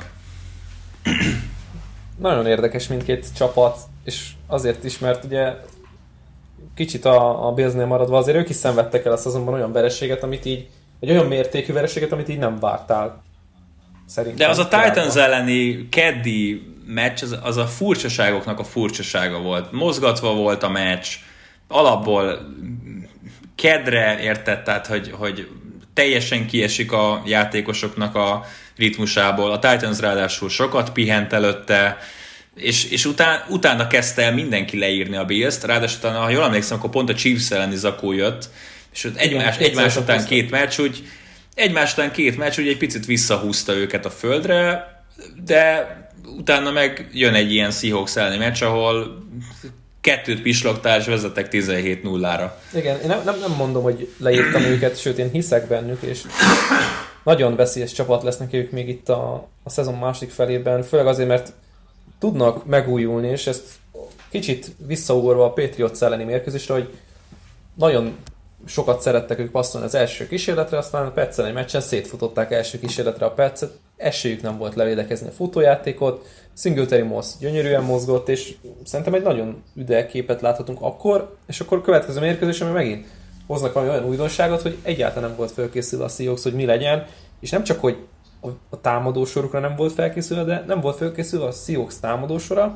Nagyon érdekes mindkét csapat, és azért is, mert ugye kicsit a, a Billsnél maradva azért ők is szenvedtek el a szezonban olyan vereséget, amit így, egy olyan mértékű vereséget, amit így nem vártál. Szerintem. De az a Titans elleni keddi meccs, az, az a furcsaságoknak a furcsasága volt. Mozgatva volt a meccs, alapból kedre érted, tehát hogy, hogy teljesen kiesik a játékosoknak a ritmusából. A Titans ráadásul sokat pihent előtte, és, és után, utána kezdte el mindenki leírni a Bills-t, ráadásul utána, ha jól emlékszem, akkor pont a Chiefs elleni zakó jött, és ott egymás, Igen, egymás után két meccs, úgy egymás után két meccs, úgy egy picit visszahúzta őket a földre, de utána meg jön egy ilyen Seahawks elleni meccs, ahol kettőt pislogtál, és vezettek tizenhét nullára. Igen, én nem, nem, nem mondom, hogy leírtam őket, sőt, én hiszek bennük, és nagyon veszélyes csapat lesznek ők még itt a, a szezon másik felében, főleg azért, mert tudnak megújulni, és ezt kicsit visszaugorva a Patriots elleni mérkőzésre, hogy nagyon sokat szerettek ők passzolni az első kísérletre, aztán a Pets elleni meccsen szétfutották első kísérletre a Petset, esélyük nem volt levédekezni a futójátékot, Singletary Moss gyönyörűen mozgott, és szerintem egy nagyon üde képet láthatunk akkor, és akkor a következő mérkőzésen megint hoznak valami olyan újdonságot, hogy egyáltalán nem volt felkészülve a Seahawks, hogy mi legyen, és nem csak, hogy a támadósorukra nem volt felkészülve, de nem volt felkészülve a Seahawks támadósora,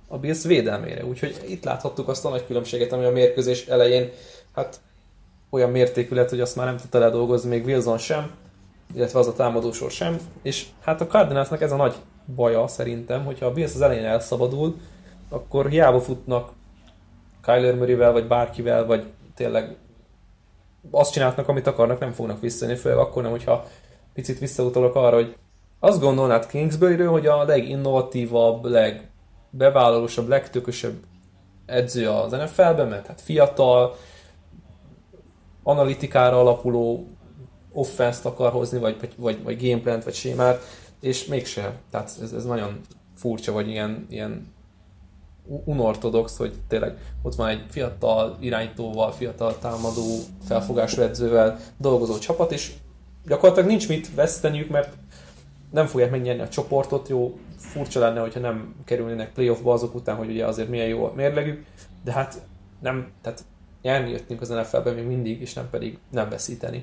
a Bills védelmére. Úgyhogy itt láthattuk azt a nagy különbséget, ami a mérkőzés elején hát olyan mértékű lett, hogy azt már nem tudta ledolgozni még Wilson sem, illetve az a támadósor sem, és hát a Cardinalsnak ez a nagy baja szerintem, hogyha a Bills az elején elszabadul, akkor hiába futnak Kyler Murrayvel, vagy bárkivel, vagy tényleg azt csinálnak, amit akarnak, nem fognak visszajönni, főleg akkor nem, hogyha picit visszautalok arra, hogy azt gondolnád Kingsburyről, hogy a leginnovatívabb, legbevállalósabb, legtökösebb edző az en ef el-ben, mert hát fiatal, analitikára alapuló offense-t akar hozni, vagy, vagy, vagy, vagy gameplant, vagy sémát, és mégse. Tehát ez, ez nagyon furcsa, vagy ilyen, ilyen unortodox, hogy tényleg ott van egy fiatal irányítóval, fiatal támadó felfogású edzővel dolgozó csapat, és gyakorlatilag nincs mit veszteniük, mert nem fogják megnyerni a csoportot, jó, furcsa lenne, hogyha nem kerülnének playoffba azok után, hogy ugye azért milyen jó a mérlegük, de hát nem, tehát nyerni jöttünk az en ef el-ben még mindig, és nem pedig nem veszíteni.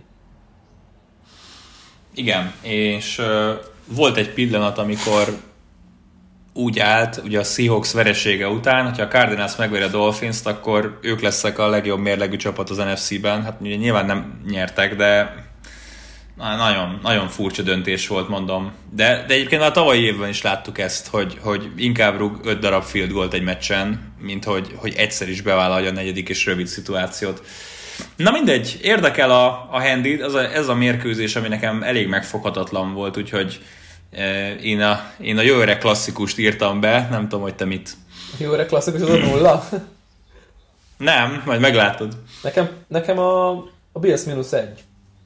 Igen, és uh, volt egy pillanat, amikor úgy állt, ugye a Seahawks veresége után, hogyha a Cardinals megveri a Dolphins-t, akkor ők lesznek a legjobb mérlegű csapat az en ef cé-ben. Hát ugye nyilván nem nyertek, de nagyon, nagyon furcsa döntés volt, mondom. De, de egyébként a tavalyi évben is láttuk ezt, hogy, hogy inkább rúg öt darab field goalt egy meccsen, mint hogy, hogy egyszer is bevállalja a negyedik és rövid szituációt. Na mindegy, érdekel a, a handy, az a, ez a mérkőzés, ami nekem elég megfoghatatlan volt, úgyhogy e, én, a, én a jó öreg klasszikust írtam be, nem tudom, hogy te mit. A jó öreg klasszikus az a nulla? Nem, majd meglátod. Nekem, nekem a, a Bills mínusz egy.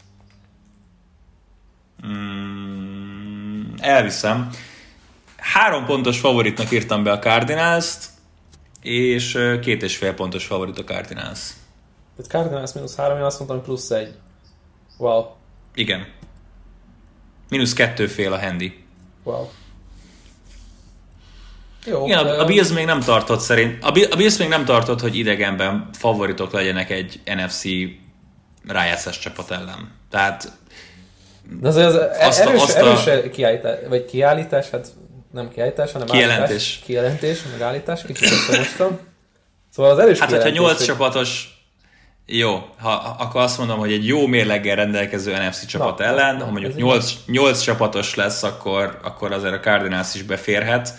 Mm, elviszem. Három pontos favoritnak írtam be a Cardinals-t, és két és fél pontos favorit a Cardinals. Tehát Cardinals mínusz három, én azt mondtam, hogy plusz egy. Wow. Igen. Mínusz kettő fél a handy. Wow. Jó. Igen, a, a um... Bills még nem tartott szerint, a Bills még nem tartott, hogy idegenben favoritok legyenek egy en ef cé rájátszás csapat ellen. Tehát de azért az azt erős, a, azt erős a... kiállítás, vagy kiállítás, hát nem kiállítás, hanem kijelentés. Állítás, kijelentés, meg állítás, kicsit összemostam. Szóval az erős hát, kijelentés. hogyha nyolc hogy... csapatos, jó, ha, akkor azt mondom, hogy egy jó mérleggel rendelkező en ef cé csapat na, ellen, na, ha mondjuk nyolc csapatos lesz, akkor, akkor azért a Cardinals is beférhet,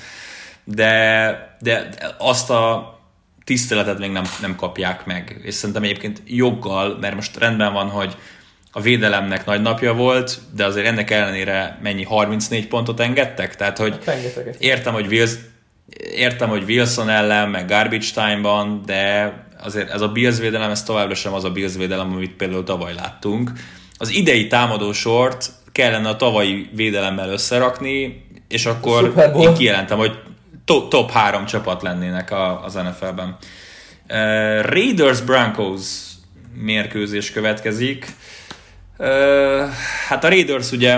de, de azt a tiszteletet még nem, nem kapják meg. És szerintem egyébként joggal, mert most rendben van, hogy a védelemnek nagy napja volt, de azért ennek ellenére mennyi harmincnégy pontot engedtek? Tehát, hogy értem, hogy, Wills, értem, hogy Wilson ellen, meg garbage time-ban, de azért ez a Bills védelem, ez továbbra sem az a Bills védelem, amit például tavaly láttunk. Az idei támadósort kellene a tavalyi védelemmel összerakni, és akkor én kijelentem, hogy top, top három csapat lennének az en ef el-ben. Uh, Raiders-Broncos mérkőzés következik. Uh, hát a Raiders ugye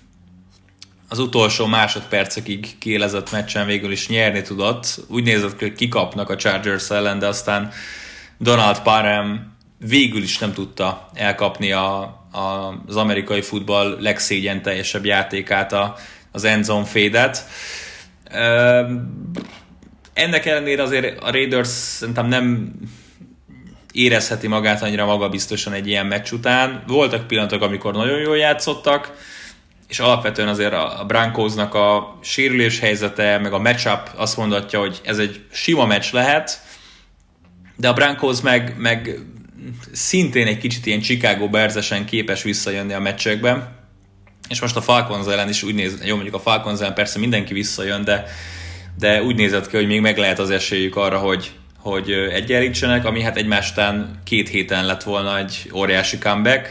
az utolsó másodpercekig kiélezett meccsen végül is nyerni tudott. Úgy nézett ki, hogy kikapnak a Chargers ellen, de aztán Donald Parham végül is nem tudta elkapni a, a, az amerikai futball legszégyen teljesebb játékát, a, az endzone fade-et. Uh, ennek ellenére azért a Raiders szerintem nem érezheti magát annyira magabiztosan egy ilyen meccs után. Voltak pillanatok, amikor nagyon jól játszottak, és alapvetően azért a Broncosnak a sérülés helyzete, meg a matchup azt mondatja, hogy ez egy sima meccs lehet, de a Broncos meg, meg szintén egy kicsit ilyen Chicago Bears-esen képes visszajönni a meccsekbe, és most a Falcons ellen is úgy néz, jó, mondjuk a Falcons ellen persze mindenki visszajön, de, de úgy nézett ki, hogy még meg lehet az esélyük arra, hogy hogy egyenlítsenek, ami hát egymás után két héten lett volna egy óriási comeback.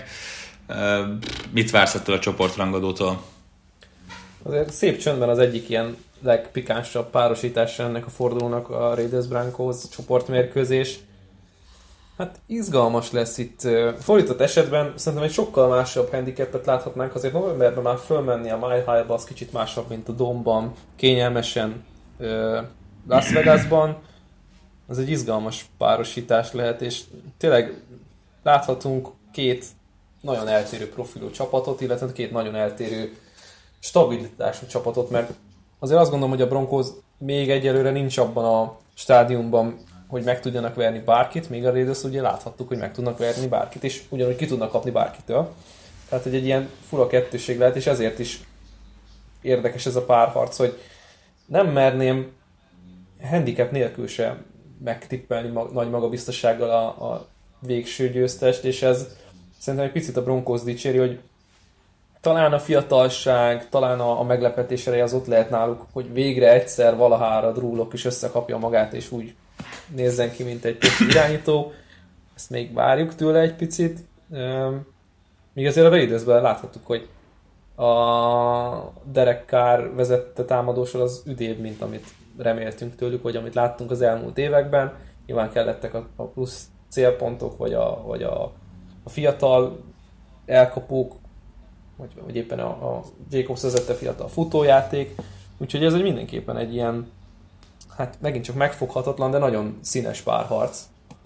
Mit vársz ettől a csoportrangadótól? Azért szép csöndben az egyik ilyen legpikánsabb párosítása ennek a fordulónak a Raiders-Broncos csoportmérkőzés. Hát izgalmas lesz itt. Fordított esetben szerintem egy sokkal másabb handicapet láthatnánk, azért novemberben már fölmenni a Mile High-ba, az kicsit másabb, mint a Domban, kényelmesen Las Vegasban. Ez egy izgalmas párosítás lehet, és tényleg láthatunk két nagyon eltérő profilú csapatot, illetve két nagyon eltérő stabilitású csapatot, mert azért azt gondolom, hogy a Broncos még egyelőre nincs abban a stádiumban, hogy meg tudjanak verni bárkit, még a Raiders ugye láthattuk, hogy meg tudnak verni bárkit, és ugyanúgy ki tudnak kapni bárkitől. Tehát, hogy egy ilyen fura kettőség lehet, és ezért is érdekes ez a párharc, hogy nem merném handicap nélkül sem megtippelni mag- nagy magabiztossággal a, a végső győztest, és ez szerintem egy picit a Broncos dicséri, hogy talán a fiatalság, talán a, a meglepetés ereje az ott lehet náluk, hogy végre egyszer valahára Drew is összekapja magát, és úgy nézzen ki, mint egy profi irányító. Ezt még várjuk tőle egy picit. Míg azért a Raidersben láthattuk, hogy a Derek Carr vezette támadósor az üdébb, mint amit reméltünk tőlük, vagy amit láttunk az elmúlt években. Nyilván kellettek a, a plusz célpontok, vagy a, vagy a, a fiatal elkapók, vagy, vagy éppen a, a Jacobs vezette fiatal futójáték. Úgyhogy ez egy mindenképpen egy ilyen, hát megint csak megfoghatatlan, de nagyon színes párharc.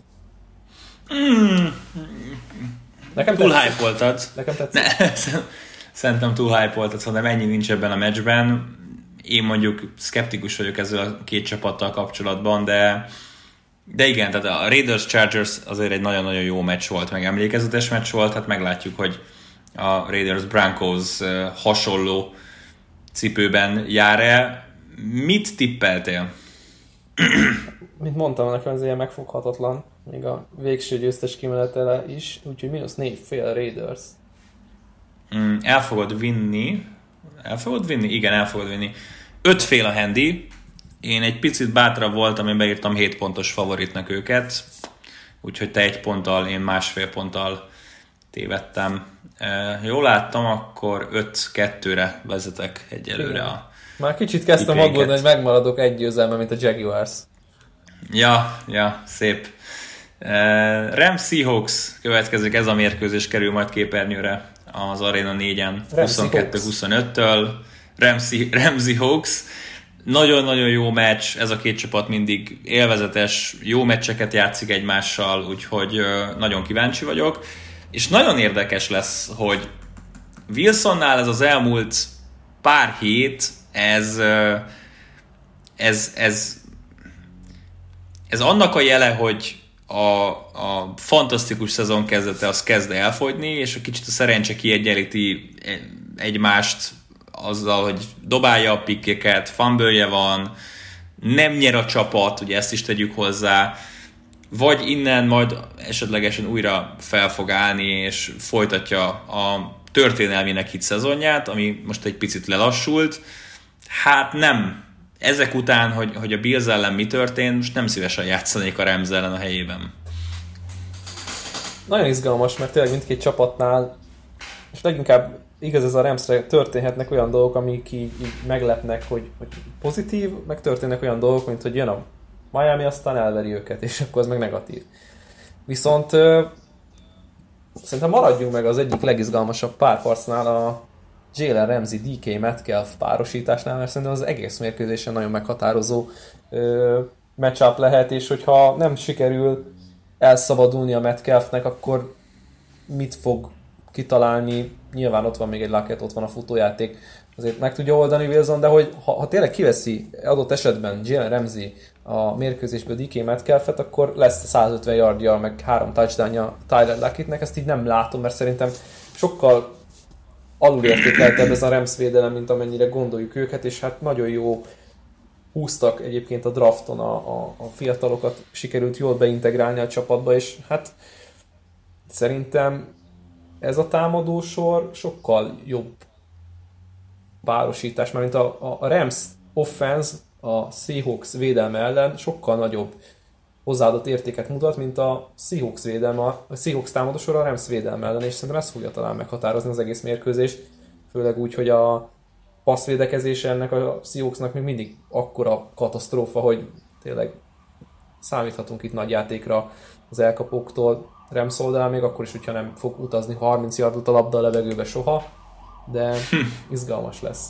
Mm. Nekem túl hype-oltad. Nekem tetszik. Ne, szerintem túl hype-oltad, szóval ennyi nincs ebben a meccsben. Én mondjuk szkeptikus vagyok ezzel a két csapattal kapcsolatban, de de igen, tehát a Raiders-Chargers azért egy nagyon-nagyon jó meccs volt, meg emlékezetes meccs volt, hát meglátjuk, hogy a Raiders-Broncos hasonló cipőben jár-e. Mit tippeltél? Mint mondtam, nekem ez ilyen megfoghatatlan, még a végső győztes kimenetele is, úgyhogy mínusz négy fél Raiders. Mm, el fogod vinni. El fogod vinni? Igen, el fogod vinni. Öt fél a handy. Én egy picit bátrabb voltam, én beírtam hét pontos favoritnak őket, úgyhogy te egy ponttal, én másfél ponttal tévedtem. E, jól láttam, akkor öt kettőre vezetek egyelőre a Már kicsit kezdtem tipénket. aggódni, hogy megmaradok egy győzelme, mint a Jaguars. Ja, ja, szép. Uh, Rams Seahawks következik, ez a mérkőzés kerül majd képernyőre az Arena négyen huszonkettő huszonöttől. Ramsey, Ramsey Hawks. Nagyon-nagyon jó meccs, ez a két csapat mindig élvezetes, jó meccseket játszik egymással, úgyhogy uh, nagyon kíváncsi vagyok. És nagyon érdekes lesz, hogy Wilsonnál ez az elmúlt pár hét, ez, uh, ez, ez Ez annak a jele, hogy a, a fantasztikus szezon kezdete az kezd elfogyni, és a kicsit a szerencse kiegyenlíti egymást azzal, hogy dobálja a pikkeket, fumble-je van, nem nyer a csapat, ugye ezt is tegyük hozzá, vagy innen majd esetlegesen újra fel fog állni, és folytatja a történelmének hit szezonját, ami most egy picit lelassult. Hát nem. Ezek után, hogy, hogy a Bills ellen mi történt, most nem szívesen játszanék a Rams ellen a helyében. Nagyon izgalmas, mert tényleg mindkét csapatnál, és leginkább igaz ez a Ramsre, történhetnek olyan dolgok, amik így, így meglepnek, hogy, hogy pozitív, meg történnek olyan dolgok, mint hogy jön a Miami, aztán elveri őket, és akkor az meg negatív. Viszont ö, szerintem maradjunk meg az egyik legizgalmasabb párharcnál, a Jalen Ramsey dé ká Metcalf párosításnál, mert szerintem az egész mérkőzésen nagyon meghatározó ö, matchup lehet, és hogyha nem sikerül elszabadulni a Metcalfnek, akkor mit fog kitalálni? Nyilván ott van még egy Lockett, ott van a futójáték, azért meg tudja oldani Wilson, de hogy ha, ha tényleg kiveszi adott esetben Jalen Ramsey a mérkőzésből dé ká Metcalfet, akkor lesz százötven yardja, meg három touchdownja Tyler Lockettnek, ezt így nem látom, mert szerintem sokkal alulértékeltebb ez a Rams védelem, mint amennyire gondoljuk őket, és hát nagyon jó húztak egyébként a drafton a, a, a fiatalokat, sikerült jól beintegrálni a csapatba, és hát szerintem ez a támadósor sokkal jobb párosítás, mert mint a, a Rams offense a Seahawks védelme ellen sokkal nagyobb hozzáadott értéket mutat, mint a Seahawks védelme, a Seahawks támadósor a Rams védelme ellen, és szerintem ez fogja talán meghatározni az egész mérkőzést, főleg úgy, hogy a passzvédekezése ennek a Seahawksnak még mindig akkora katasztrófa, hogy tényleg számíthatunk itt nagy játékra az elkapóktól Rams oldalán, még akkor is, hogyha nem fog utazni harminc yardot a labda a levegőbe soha, de izgalmas lesz.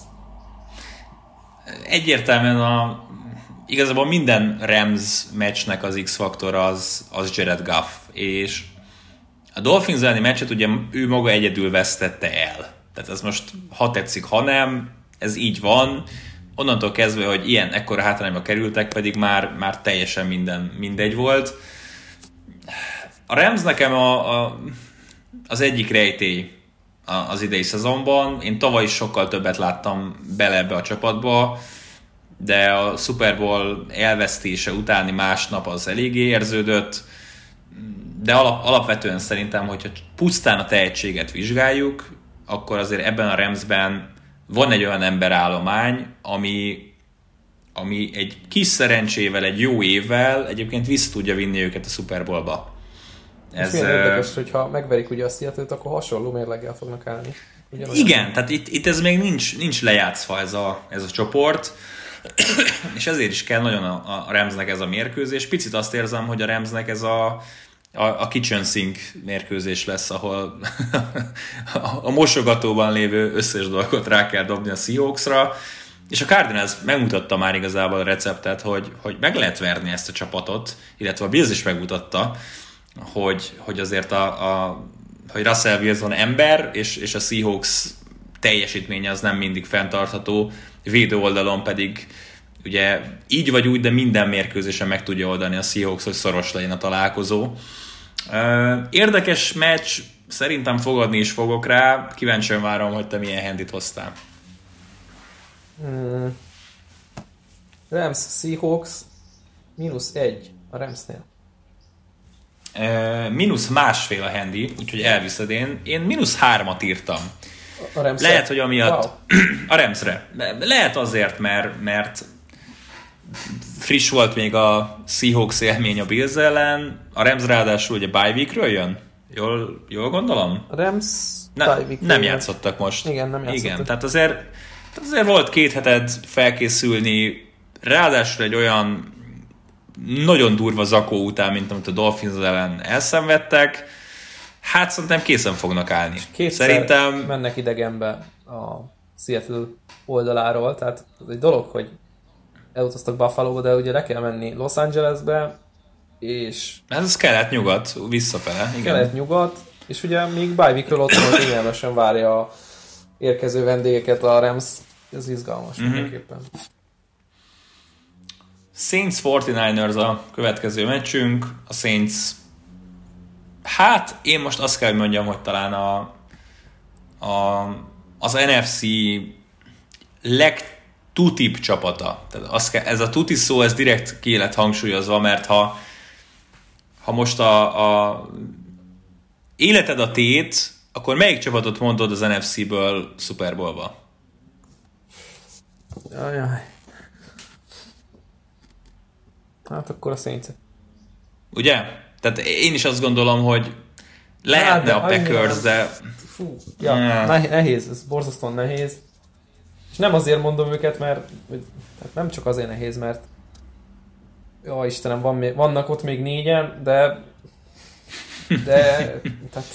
Egyértelműen a, igazából minden Rams meccsnek az X-faktor az, az Jared Goff, és a Dolphins elleni meccset ugye ő maga egyedül vesztette el. Tehát ez most ha tetszik, ha nem, ez így van. onnantól kezdve, hogy ilyen ekkora hátrányba kerültek, pedig már, már teljesen minden mindegy volt. A Rams nekem a, a, az egyik rejtély az idei szezonban. Én tavaly is sokkal többet láttam bele ebbe a csapatba, de a Super Bowl elvesztése utáni másnap az eléggé érződött, de alap, alapvetően szerintem, hogyha pusztán a tehetséget vizsgáljuk, akkor azért ebben a Ramsben van egy olyan emberállomány, ami, ami egy kis szerencsével, egy jó évvel egyébként vissza tudja vinni őket a Super Bowl-ba. Ez milyen érdekes, hogyha megverik ugye a Seattle-t, akkor hasonló mérleggel fognak állni. Ugyanolyan. Igen, tehát itt, itt ez még nincs, nincs lejátszva ez a, ez a csoport, és ezért is kell nagyon a, a Ramsnek ez a mérkőzés. Picit azt érzem, hogy a Ramsnek ez a, a, a kitchen sink mérkőzés lesz, ahol a mosogatóban lévő összes dolgot rá kell dobni a Seahawksra, és a Cardinals megmutatta már igazából a receptet, hogy, hogy meg lehet verni ezt a csapatot, illetve a Bills is megmutatta, hogy, hogy azért a, a hogy Russell Wilson ember, és, és a Seahawks teljesítménye az nem mindig fenntartható, védő oldalon pedig ugye így vagy úgy, de minden mérkőzésen meg tudja oldani a Seahawks, hogy szoros legyen a találkozó. Érdekes meccs, szerintem fogadni is fogok rá, kíváncsian várom, hogy te milyen handit hoztál. Hmm. Rams, Seahawks, mínusz egy a Ramsnél. Uh, mínusz másfél a handi, úgyhogy elviszed én. Én mínusz hármat írtam. A Ramsre? Lehet, hogy amiatt... Wow. A Ramsre. Lehet azért, mert, mert friss volt még a Seahawks élmény a Bills ellen. A Rams ráadásul ugye bye weekről jön? Jól, jól gondolom? A Rams ne, bye weekről Nem játszottak most. Igen, nem játszottak. Igen, tehát azért, tehát azért volt két heted felkészülni, ráadásul egy olyan nagyon durva zakó után, mint amit a Dolphins ellen elszenvedtek, hát szerintem készen fognak állni. Kétszer szerintem mennek idegenbe a Seattle oldaláról, tehát ez egy dolog, hogy elutaztak Buffalo-ba, de ugye le kell menni Los Angelesbe, és... Ez kelet-nyugat, visszafele. Igen. Kelet-nyugat, és ugye még bye weekről ott volt, igényelmesen várja a érkező vendégeket a Rams, ez izgalmas mm-hmm. mindenképpen. Saints negyvenkilencesek a következő meccsünk. A Saints, hát én most azt kell, hogy mondjam, hogy talán a, a, az en ef cé legtutibb csapata. Tehát az kell, ez a tuti szó, ez direkt ki lett hangsúlyozva, mert ha, ha most a, a életed a tét, akkor melyik csapatot mondod az en ef cé-ből Super Bowl-ba? Ajaj. Hát akkor a saints. Ugye? Tehát én is azt gondolom, hogy lehetne a Packers, de... Fú, ja, nehéz, ez borzasztóan nehéz. És nem azért mondom őket, mert... Tehát nem csak azért nehéz, mert... Jó, Istenem, van még, vannak ott még négyen, de... De... Tehát...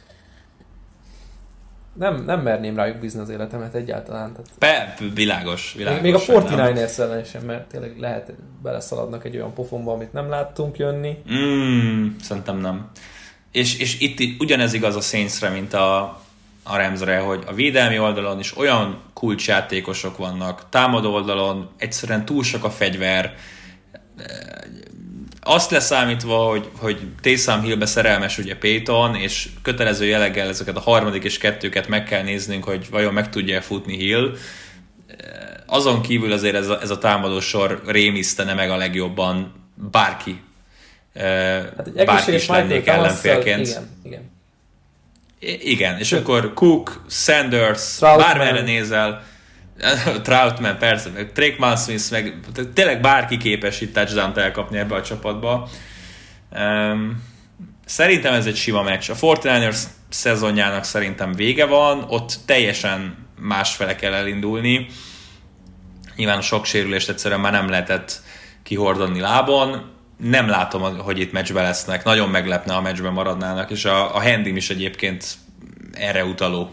Nem, nem merném rájuk bízni az életemet egyáltalán. Tehát Be, világos, világos. Még, még a negyvenkilencesek ellen sem, mert tényleg lehet beleszaladnak egy olyan pofonba, amit nem láttunk jönni. Mm, szerintem nem. És, és itt ugyanez igaz a Saintsre, mint a, a Ramsre, hogy a védelmi oldalon is olyan kulcsjátékosok vannak, támadó oldalon egyszerűen túl sok a fegyver. Azt leszámítva, hogy, hogy Taysom Hillbe szerelmes ugye Peyton, és kötelező jelleggel ezeket a harmadik és kettőket meg kell néznünk, hogy vajon meg tudja futni Hill. Azon kívül azért ez a, ez a támadósor rémisztene meg a legjobban bárki. Hát bárki is lennék ellenfélként. Igen, igen. I- igen, és Sőt. akkor Cook, Sanders, bármerre nézel, Troutman, persze, meg Traquan Smith, meg tényleg bárki képes itt touchdown-t elkapni ebbe a csapatba. Um, szerintem ez egy sima meccs. A negyvenkilencesek szezonjának szerintem vége van, ott teljesen másfele kell elindulni. Nyilván a sok sérülést egyszerűen már nem lehetett kihordani lábon. Nem látom, hogy itt meccsbe lesznek. Nagyon meglepne, ha meccsben maradnának, és a, a handim is egyébként erre utaló.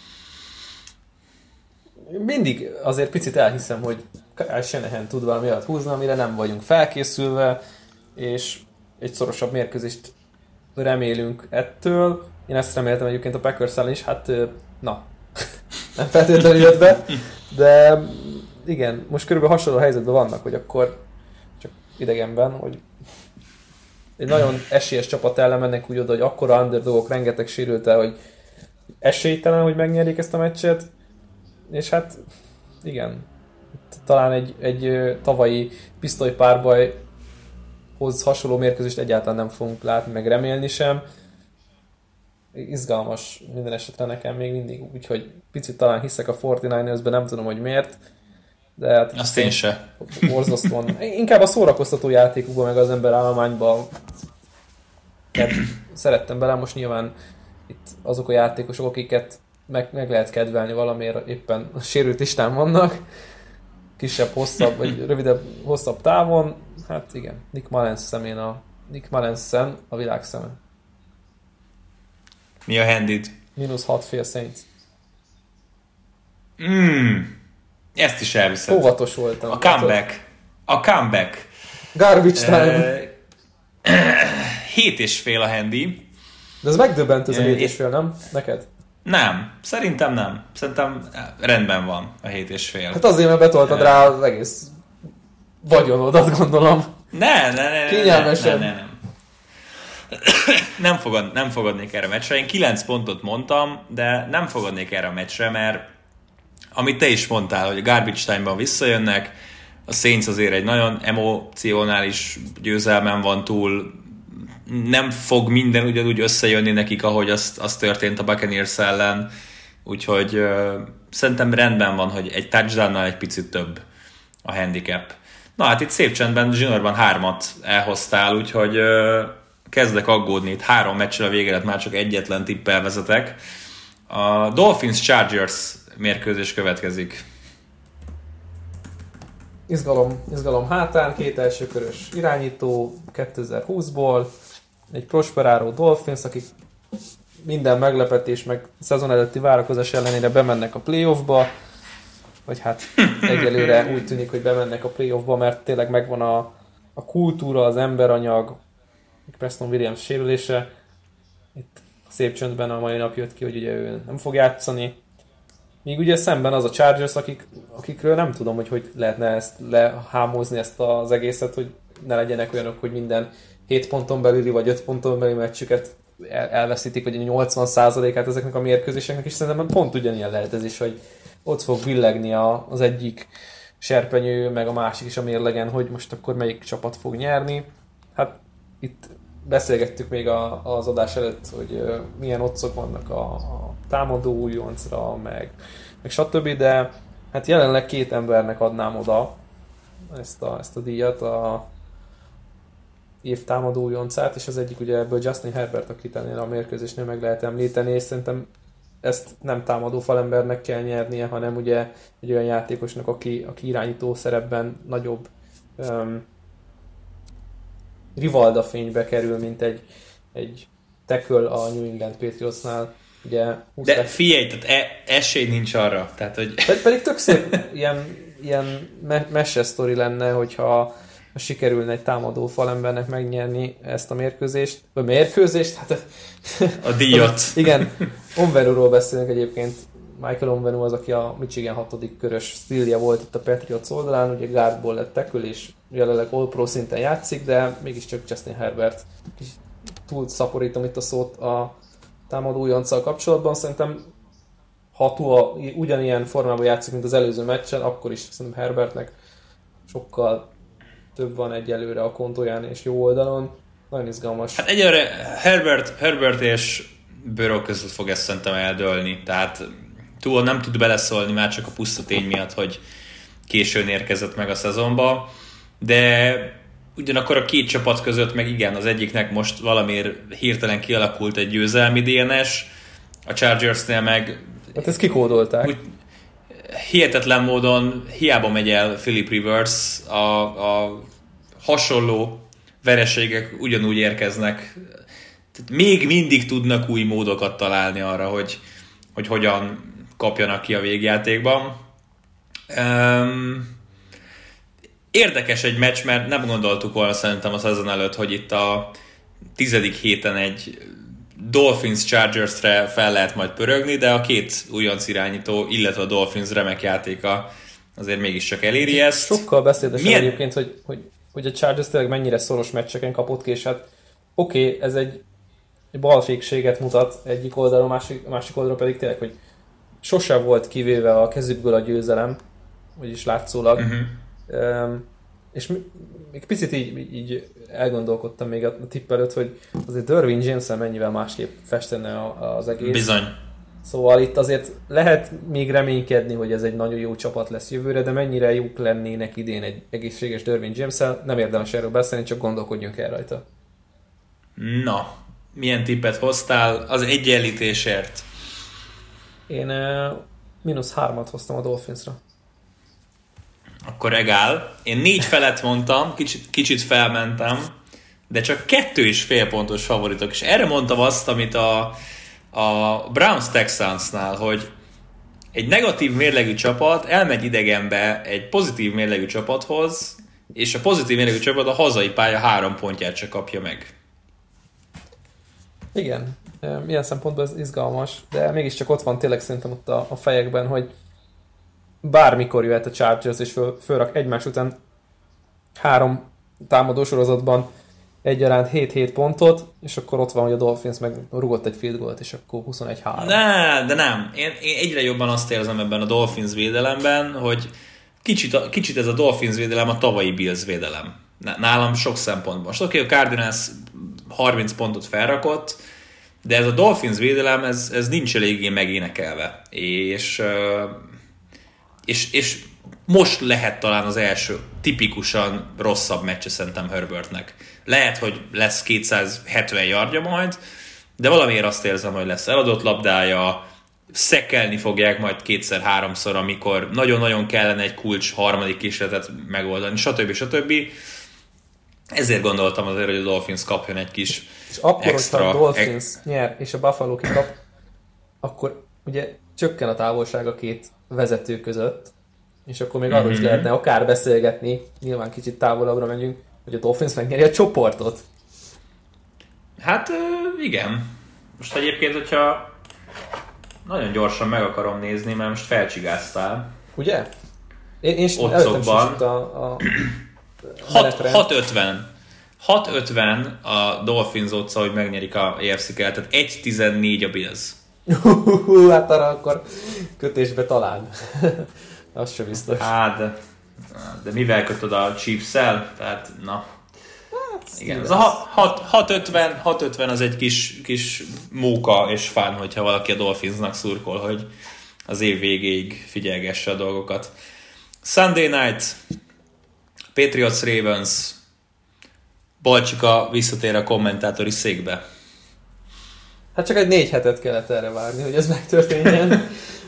Mindig azért picit elhiszem, hogy Kyle Shanahan tud valami olyat húzni, amire nem vagyunk felkészülve, és egy szorosabb mérkőzést remélünk ettől. Én ezt reméltem egyébként a Packers ellen is, hát na, nem feltétlenül jött be, de igen, most körülbelül hasonló helyzetben vannak, hogy akkor csak idegenben, hogy egy nagyon esélyes csapat ellen mennek úgy oda, hogy akkora underdogok, rengeteg sérült el, hogy esélytelen, hogy megnyerjék ezt a meccset, és hát igen, talán egy, egy tavalyi pisztolypárbajhoz hasonló mérkőzést egyáltalán nem fogunk látni, meg remélni sem. Izgalmas minden esetre nekem még mindig, úgyhogy picit talán hiszek a negyvenkilencesben, nem tudom, hogy miért, de hát azt én se. Borzasztóan. Inkább a szórakoztató játékukban, meg az ember állományban szerettem bele, most nyilván itt azok a játékosok, akiket meg, meg lehet kedvelni valamiért éppen a sérült listán vannak, kisebb, hosszabb, vagy rövidebb, hosszabb távon, hát igen, Nick Mullens szemén a Nick Mullensen a világ szeme. Mi a handid? Mínusz hat fél Saints. Mm, ezt is elviszed. Óvatos voltam. A comeback. A comeback. Garbage time. Hét és fél a handi. De ez megdöbbent ez a hét és fél, nem? Neked? Nem. Szerintem nem. Szerintem rendben van a hét és fél. Hát azért, mert betoltad rá az egész vagyonodat, gondolom. Ne, ne, ne. Kényelmesen. Ne, ne, ne, nem. Nem, fogad, nem fogadnék erre a meccsre. Én kilenc pontot mondtam, de nem fogadnék erre a meccsre, mert amit te is mondtál, hogy a garbage time-ban visszajönnek, a Saints azért egy nagyon emocionális győzelmen van túl, nem fog minden ugyanúgy összejönni nekik, ahogy az, az történt a Buccaneers ellen, úgyhogy uh, szerintem rendben van, hogy egy touchdownnal egy picit több a handicap. Na hát itt szép csendben zsinórban hármat elhoztál, úgyhogy uh, kezdek aggódni, itt három meccsre a vége lett, már csak egyetlen tippel vezetek. A Dolphins-Chargers mérkőzés következik. Izgalom, izgalom hátán, két elsőkörös irányító kétezer-húszból, egy prosperáló Dolphins, akik minden meglepetés, meg szezon előtti várakozás ellenére bemennek a playoffba, vagy hát egyelőre úgy tűnik, hogy bemennek a playoffba, mert tényleg megvan a, a kultúra, az emberanyag, Preston Williams sérülése. Itt szép csöndben a mai nap jött ki, hogy ugye ő nem fog játszani. Míg ugye szemben az a Chargers, akik, akikről nem tudom, hogy hogy lehetne ezt lehámozni ezt az egészet, hogy ne legyenek olyanok, hogy minden hét ponton belüli vagy öt ponton belüli meccsüket el, elveszítik, vagy nyolcvan százalékát ezeknek a mérkőzéseknek, és szerintem pont ugyanilyen lehet ez is, hogy ott fog billegni a, az egyik serpenyő, meg a másik is a mérlegen, hogy most akkor melyik csapat fog nyerni. Hát itt beszélgettük még a, az adás előtt, hogy uh, milyen otcok vannak a, a támadó újoncra, meg, meg stb., de hát jelenleg két embernek adnám oda ezt a, ezt a díjat, a év támadó újoncát, és az egyik ugye ebből Justin Herbert, akit ennél a mérkőzésnél meg lehet említeni, és szerintem ezt nem támadó falembernek kell nyernie, hanem ugye egy olyan játékosnak, aki, aki irányító szerepben nagyobb um, Rivalda fénybe kerül, mint egy, egy tackle a New England Patriotsnál. Ugye, de figyelj, tehát e- esély nincs arra. Tehát, hogy... Ped- pedig tök szép ilyen, ilyen me- mese sztori lenne, hogyha sikerülne egy támadó falembernek megnyerni ezt a mérkőzést. Vagy mérkőzést? Hát, a díjat. Igen, Onwenuról beszélünk egyébként. Michael Onwenu az, aki a Michigan hatodik körös stílje volt itt a Patriots oldalán, ugye guardból lett tackle, és jelenleg All-Pro szinten játszik, de mégiscsak Justin Herbert. Túl szaporítom itt a szót a támadó újonccal kapcsolatban. Szerintem ha Tua ugyanilyen formában játszik, mint az előző meccsen, akkor is szerintem Herbertnek sokkal több van egyelőre a kontóján és jó oldalon. Nagyon izgalmas. Hát egyelőre Herbert, Herbert és Burrow között fog ezt szerintem eldőlni. Tehát Tua nem tud beleszólni már csak a puszta tény miatt, hogy későn érkezett meg a szezonba, de ugyanakkor a két csapat között meg igen, az egyiknek most valamiért hirtelen kialakult egy győzelmi dé en es, a Chargersnél meg hát ezt kikódolták. Úgy, hihetetlen módon hiába megy el Philip Rivers, a, a hasonló vereségek ugyanúgy érkeznek. Tehát még mindig tudnak új módokat találni arra, hogy, hogy hogyan kapjanak ki a végjátékban. Um, érdekes egy meccs, mert nem gondoltuk volna szerintem a szezon előtt, hogy itt a tizedik héten egy Dolphins Chargers-re fel lehet majd pörögni, de a két újonc irányító, illetve a Dolphins remek játéka azért mégiscsak eléri ezt. Sokkal beszédesebb Milyen... egyébként, hogy, hogy, hogy a Chargers tényleg mennyire szoros meccseken kapott ki, és hát oké, okay, ez egy balfékséget mutat egyik oldalon, másik, másik oldalon pedig tényleg, hogy sose volt kivéve a kezükből a győzelem, vagyis látszólag. Uh-huh. Um, és még picit így, így elgondolkodtam még a tipp előtt, hogy azért Derwin James-en mennyivel másképp festene az egész. Bizony. Szóval itt azért lehet még reménykedni, hogy ez egy nagyon jó csapat lesz jövőre, de mennyire jók lennének idén egy egészséges Derwin James-el, nem érdemes erről beszélni, csak gondolkodjunk el rajta. Na, milyen tippet hoztál az egyenlítésért? Én uh, mínusz hármat hoztam a Dolphinsra. Akkor egál. Én négy felett mondtam, kicsit, kicsit felmentem, de csak kettő és fél pontos favoritok. És erre mondtam azt, amit a, a Browns Texansnál, hogy egy negatív mérlegű csapat elmegy idegenbe egy pozitív mérlegű csapathoz, és a pozitív mérlegű csapat a hazai pálya három pontját se kapja meg. Igen, milyen szempontból ez izgalmas, de mégiscsak ott van tényleg szerintem ott a, a fejekben, hogy bármikor jöhet a Chargers, és föl, fölrak egymás után három támadó sorozatban egyaránt hét-hét pontot, és akkor ott van, hogy a Dolphins meg rugott egy field goalt, és akkor huszonegy három. Ne, de nem. Én, én egyre jobban azt érzem ebben a Dolphins védelemben, hogy kicsit, kicsit ez a Dolphins védelem a tavalyi Bills védelem. Nálam sok szempontból. Most oké, okay, a Cardinals harminc pontot felrakott, de ez a Dolphins védelem, ez, ez nincs eléggé megénekelve. És, és, és most lehet talán az első tipikusan rosszabb meccse szerintem Herbertnek. Lehet, hogy lesz kétszázhetven yardja majd, de valamiért azt érzem, hogy lesz eladott labdája, szekkelni fogják majd kétszer-háromszor, amikor nagyon-nagyon kellene egy kulcs harmadik kísérletet megoldani, stb. stb. Ezért gondoltam azért, hogy a Dolphins kapjon egy kis és akkor, extra... hogyha a Dolphins e- nyer, és a Buffalo kikap, akkor ugye csökken a távolság a két vezető között, és akkor még mm-hmm. arról is lehetne akár beszélgetni, nyilván kicsit távolabbra megyünk, hogy a Dolphins megnyeri a csoportot. Hát igen. Most egyébként, hogyha nagyon gyorsan meg akarom nézni, mert most felcsigáztál. Ugye? Én, én Otcokban. a, a hat ötven. hat ötven a Dolphins otca, hogy megnyerik a á ef cé keletet. egy tizennégy a Bills. Hát arra akkor kötésbe talán. Az sem biztos. Hát, de, de mivel kötöd a Chiefs-el? Tehát, na. Hát, igen, ez a hat ötven az egy kis, kis móka és fán, hogyha valaki a Dolphinsnak szurkol, hogy az év végéig figyelgesse a dolgokat. Sunday night, Patriots Ravens, Balcsika visszatér a kommentátori székbe. Hát csak egy négy hetet kellett erre várni, hogy ez megtörténjen.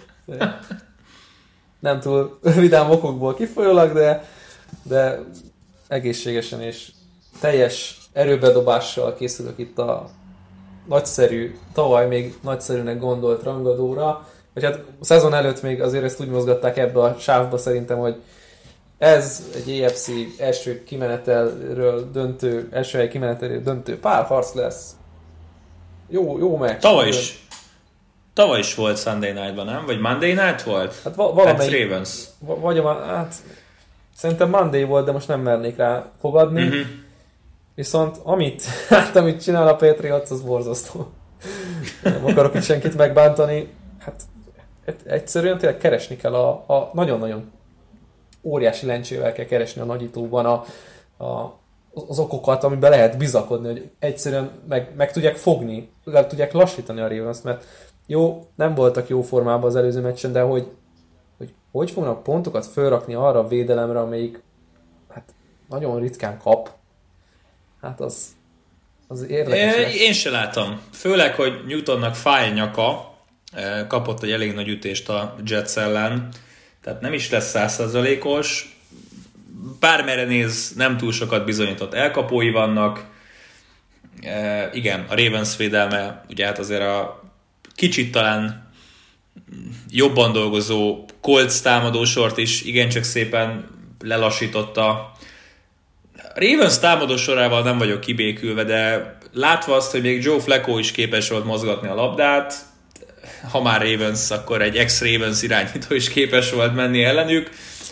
Nem túl vidám okokból kifolyólag, de, de egészségesen és teljes erőbedobással készülök itt a nagyszerű, tavaly még nagyszerűnek gondolt rangadóra. Vagy hát a szezon előtt még azért ezt úgy mozgatták ebbe a sávba szerintem, hogy ez egy á ef cé első kimenetelről döntő, első hely kimenetelről döntő párharc lesz. Jó, jó meccs. Tavaly is. Tavaly is volt Sunday Night-ban, nem? Vagy Monday Night volt? Hát va- valamelyik... Hát Ravens. V- vagy a... Hát... Szerintem Monday volt, de most nem mernék rá fogadni. Uh-huh. Viszont amit, hát amit csinál a Patriots, az borzasztó. Nem akarok itt senkit megbántani. Hát egyszerűen tényleg keresni kell a, a nagyon-nagyon óriási lencsével kell keresni a nagyítóban a, a, az okokat, amiben lehet bizakodni, hogy egyszerűen meg, meg tudják fogni, le tudják lassítani a Ravens, mert jó, nem voltak jó formában az előző meccsen, de hogy hogy, hogy fognak pontokat fölrakni arra a védelemre, amelyik hát nagyon ritkán kap, hát az, az érdekes lesz. Én se látom. Főleg, hogy Newtonnak fáj nyaka, kapott egy elég nagy ütést a Jets ellen, tehát nem is lesz száz százalékos. Bármerre néz, nem túl sokat bizonyított elkapói vannak. E, igen, a Ravens védelme, ugye hát azért a kicsit talán jobban dolgozó Colts támadósort is igencsak szépen lelassította. A Ravens támadósorával nem vagyok kibékülve, de látva azt, hogy még Joe Flacco is képes volt mozgatni a labdát, ha már Ravens, akkor egy ex-Ravens irányító is képes volt menni ellenük.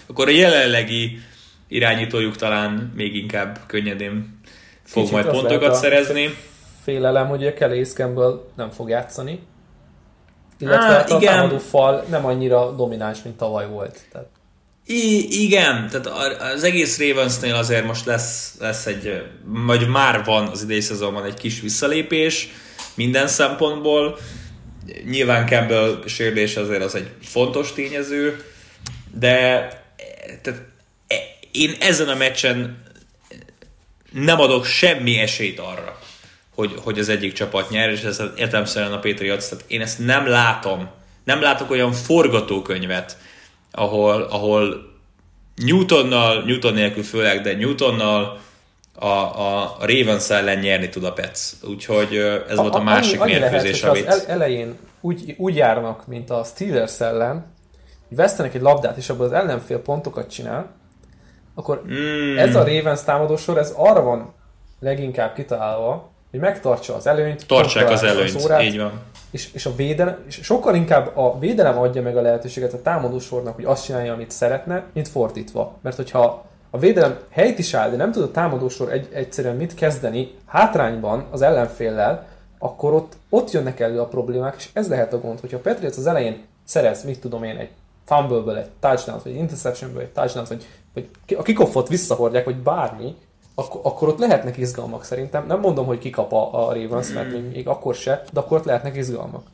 akkor a jelenlegi irányítójuk talán még inkább könnyedén fog Kicsit majd pontokat szerezni. Félelem, hogy a Calais Campbell nem fog játszani. Illetve Á, a igen. támadó fal nem annyira domináns, mint tavaly volt. Tehát... I- igen, tehát az egész Ravensnél azért most lesz, lesz egy, vagy már van az idei szezonban egy kis visszalépés minden szempontból. Nyilván Campbell sérülése azért az egy fontos tényező, de tehát, én ezen a meccsen nem adok semmi esélyt arra, hogy, hogy az egyik csapat nyer, és ez értelemszerűen a Patriots. Tehát én ezt nem látom. Nem látok olyan forgatókönyvet, ahol, ahol Newtonnal, Newton nélkül főleg, de Newtonnal a, a Ravens ellen nyerni tud a Pets. Úgyhogy ez a, volt a másik annyi, mérkőzés, annyi lehet, amit... Az elején úgy, úgy járnak, mint a Steelers ellen, hogy vesztenek egy labdát, és abból az ellenfél pontokat csinál, akkor mm. ez a Ravens támadósor, ez arra van leginkább kitalálva, hogy megtartsa az előnyt, tartsák az előnyt, az órát, így van. És, és a védelem, és sokkal inkább a védelem adja meg a lehetőséget a támadósornak, hogy azt csinálja, amit szeretne, mint fordítva. Mert hogyha a védelem helyt is áll, de nem tud a támadósor egy, egyszerűen mit kezdeni hátrányban az ellenféllel, akkor ott, ott jönnek elő a problémák, és ez lehet a gond, hogyha a Patriots az elején szerez, mit tudom én, egy fumble-ből egy touchdown-t, vagy egy interception-ből egy touchdown-t, vagy, vagy a kickoffot visszahordják, vagy bármi, Akkor, akkor ott lehetnek izgalmak szerintem. Nem mondom, hogy kikap a, a Ravens, mert még, még akkor se, de akkor ott lehetnek izgalmak.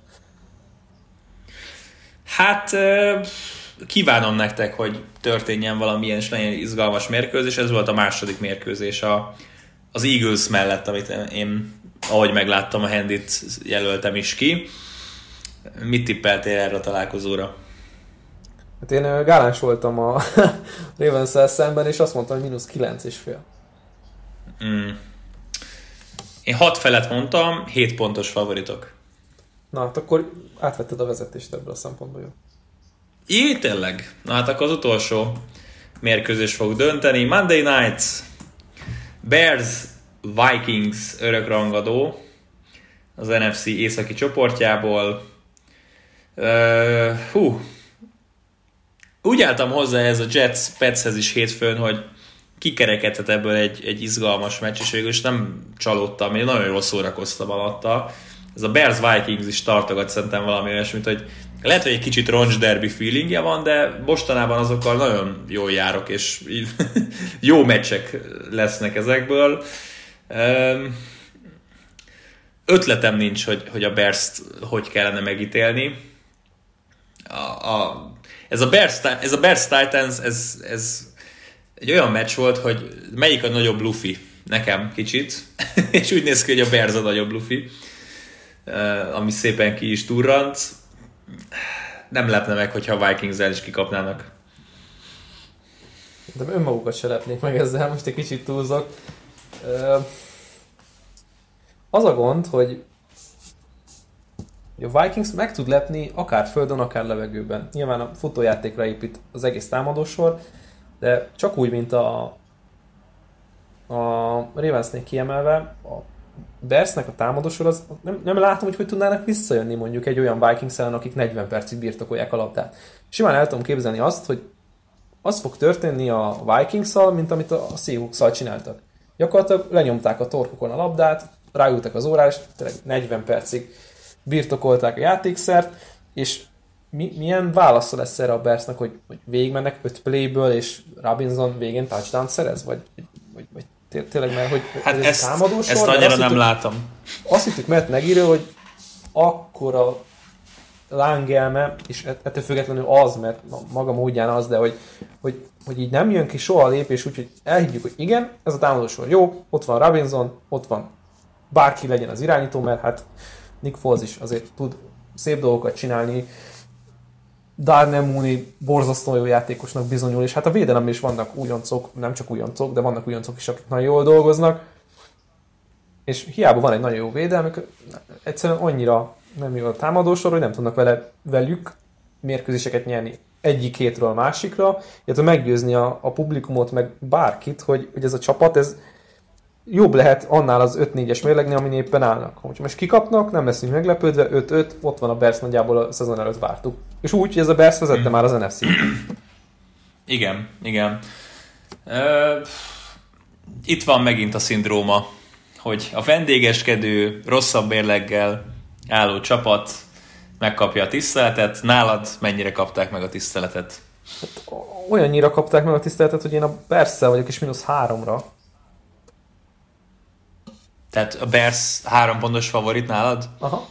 Hát kívánom nektek, hogy történjen valamilyen és legyen izgalmas mérkőzés. Ez volt a második mérkőzés a, az Eagles mellett, amit én, ahogy megláttam a handit, jelöltem is ki. Mit tippeltél erre a találkozóra? Hát én gáláns voltam a Ravens-szel szemben, és azt mondtam, hogy mínusz kilenc és fél. Mm. Én hat felett mondtam, hét pontos favoritok. Na hát akkor átvetted a vezetést ebből a szempontból, jó? Jé, tényleg. Na hát akkor az utolsó mérkőzés fog dönteni. Monday Night, Bears Vikings örökrangadó az en ef cé északi csoportjából. Uh, hú. Úgy álltam hozzá ez a Jets Petshez is hétfőn, hogy kikerekedhet ebből egy, egy izgalmas meccs, és végül is nem csalódtam, én nagyon jól szórakoztam alatta. Ez a Bears Vikings is tartogat szerintem valami olyasmit, hogy lehet, hogy egy kicsit roncs derby feelingje van, de mostanában azokkal nagyon jól járok, és jó meccsek lesznek ezekből. Ötletem nincs, hogy, hogy a Bears-t hogy kellene megítélni. A, a, ez a Bears, ez a Bears Titans, ez, ez egy olyan meccs volt, hogy melyik a nagyobb lufi? Nekem kicsit. És úgy néz ki, hogy a Bears a nagyobb lufi. Ami szépen ki is durrant. Nem lepne meg, hogyha a Vikings-el is kikapnának. De önmagukat se lepnék meg ezzel, most egy kicsit túlzok. Az a gond, hogy a Vikings meg tud lepni akár földön, akár levegőben. Nyilván a futójátékra épít az egész támadósor, de csak úgy, mint a, a Ravensnél kiemelve, a Bearsnek a támadósor, az nem, nem látom, hogy hogy tudnának visszajönni mondjuk egy olyan Vikings ellen, akik negyven percig birtokolják a labdát. Simán el tudom képzelni azt, hogy az fog történni a Vikings-szal, mint amit a Seahawks-szal csináltak. Gyakorlatilag lenyomták a torkukon a labdát, ráültek az órára, és tényleg negyven percig birtokolták a játékszert, és mi, milyen válasza lesz erre a Bearsnek, hogy, hogy végigmennek öt playből, és Robinson végén touchdown szerez? Vagy, vagy, vagy tényleg, mert hogy hát ez ezt, a támadósor? Ezt annyira nem látom. Azt hittük Matt Nagyről, hogy akkora lángelme, és ettől függetlenül az, mert maga módján az, de hogy, hogy, hogy így nem jön ki soha a lépés, úgyhogy elhiggyük, hogy igen, ez a támadósor jó, ott van Robinson, ott van bárki legyen az irányító, mert hát Nick Foles is azért tud szép dolgokat csinálni, Darnell Mooney borzasztó jó játékosnak bizonyul, és hát a védelemben is vannak újoncok, nem csak újoncok, de vannak újoncok is, akik nagyon jól dolgoznak, és hiába van egy nagyon jó védelmük, egyszerűen annyira nem jó a támadósor, hogy nem tudnak vele, velük mérkőzéseket nyerni egyik hétről a másikra, illetve meggyőzni a, a publikumot, meg bárkit, hogy, hogy ez a csapat, ez jobb lehet annál az öt négyes mérlegnél, amin éppen állnak. Ha most kikapnak, nem leszünk meglepődve, öt öt, ott van a Bears, nagyjából a szezon előtt vártuk. És úgy, hogy ez a Bears vezette mm. már az en ef cé. Igen, igen. Uh, itt van megint a szindróma, hogy a vendégeskedő, rosszabb mérleggel álló csapat megkapja a tiszteletet. Nálad mennyire kapták meg a tiszteletet? Hát, olyannyira kapták meg a tiszteletet, hogy én a Bears-szel vagyok, és mínusz háromra. Tehát a Bears három pontos favorit nálad? Aha.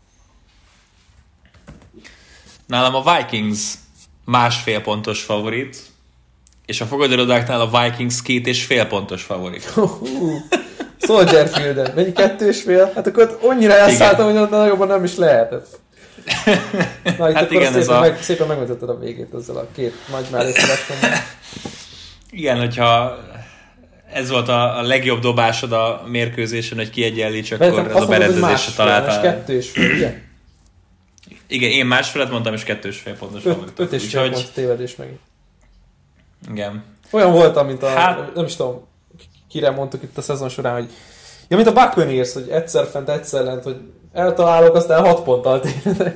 Nálam a Vikings másfél pontos favorit, és a fogadalodáknál a Vikings két és fél pontos favorit. Soldier Fielden. Mennyi kettő és fél? Hát akkor annyira elszálltam, hogy annál jobban nem is lehetett. Na, itt hát igen, szépen, ez a... meg, szépen megmutattad a végét ezzel a két nagy mellészületemben. Igen, hogyha ez volt a, a legjobb dobásod a mérkőzésen, hogy kiegyenlíts, akkor ez a berendezésre találtál. Kettő és fél, ugye? Igen, én másfelet mondtam, és kettő és fél pontos favorit. Öt és fél pont tévedés megint. Igen. Olyan voltam, mint a, hát... nem is tudom, kire mondtuk itt a szezon során, hogy ja, mint a Buccaneers, hogy egyszer fent, egyszer lent, hogy eltalálok, aztán hat ponttal tényleg.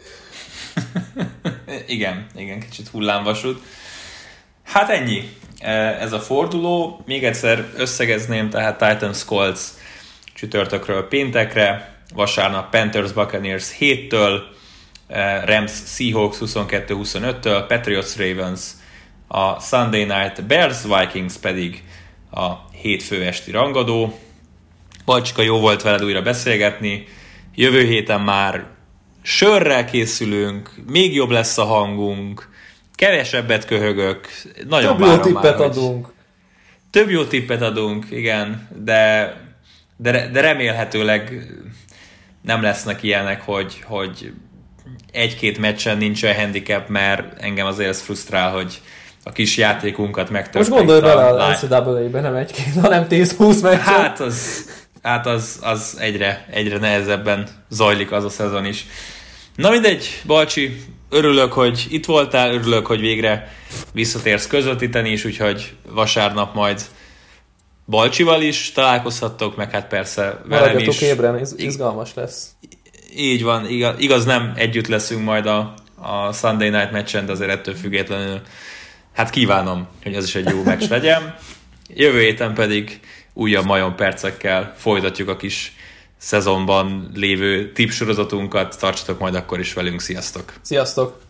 Igen, igen, kicsit hullámvasút. Hát ennyi. Ez a forduló. Még egyszer összegezném, tehát Titans Colts csütörtökről péntekre, vasárnap Panthers Buccaneers héttől, Rams Seahawks huszonkettő huszonöttől, Patriots Ravens a Sunday Night, Bears Vikings pedig a hétfő esti rangadó. Balcsika, jó volt veled újra beszélgetni. Jövő héten már sörrel készülünk, még jobb lesz a hangunk, kevesebbet köhögök, nagyon több jó tippet már, adunk. Több jó tippet adunk, igen, de, de, de remélhetőleg nem lesznek ilyenek, hogy, hogy egy-két meccsen nincs olyan handicap, mert engem azért ez frusztrál, hogy a kis játékunkat megtörték. Most gondolj bele a en cé á á-be, nem egy-két, hanem tíz-húsz meccsen. Hát az... Hát az, az egyre, egyre nehezebben zajlik az a szezon is. Na mindegy, Balcsi, örülök, hogy itt voltál, örülök, hogy végre visszatérsz közvetíteni is, úgyhogy vasárnap majd Balcsival is találkozhattok, meg hát persze velem is. Maradjatok ébren, izgalmas lesz. Így van, igaz, igaz nem együtt leszünk majd a, a Sunday Night meccsen, de azért ettől függetlenül hát kívánom, hogy ez is egy jó meccs legyen. Jövő héten pedig újabb majom percekkel folytatjuk a kis szezonban lévő tippsorozatunkat. Tartsatok majd akkor is velünk, sziasztok! Sziasztok!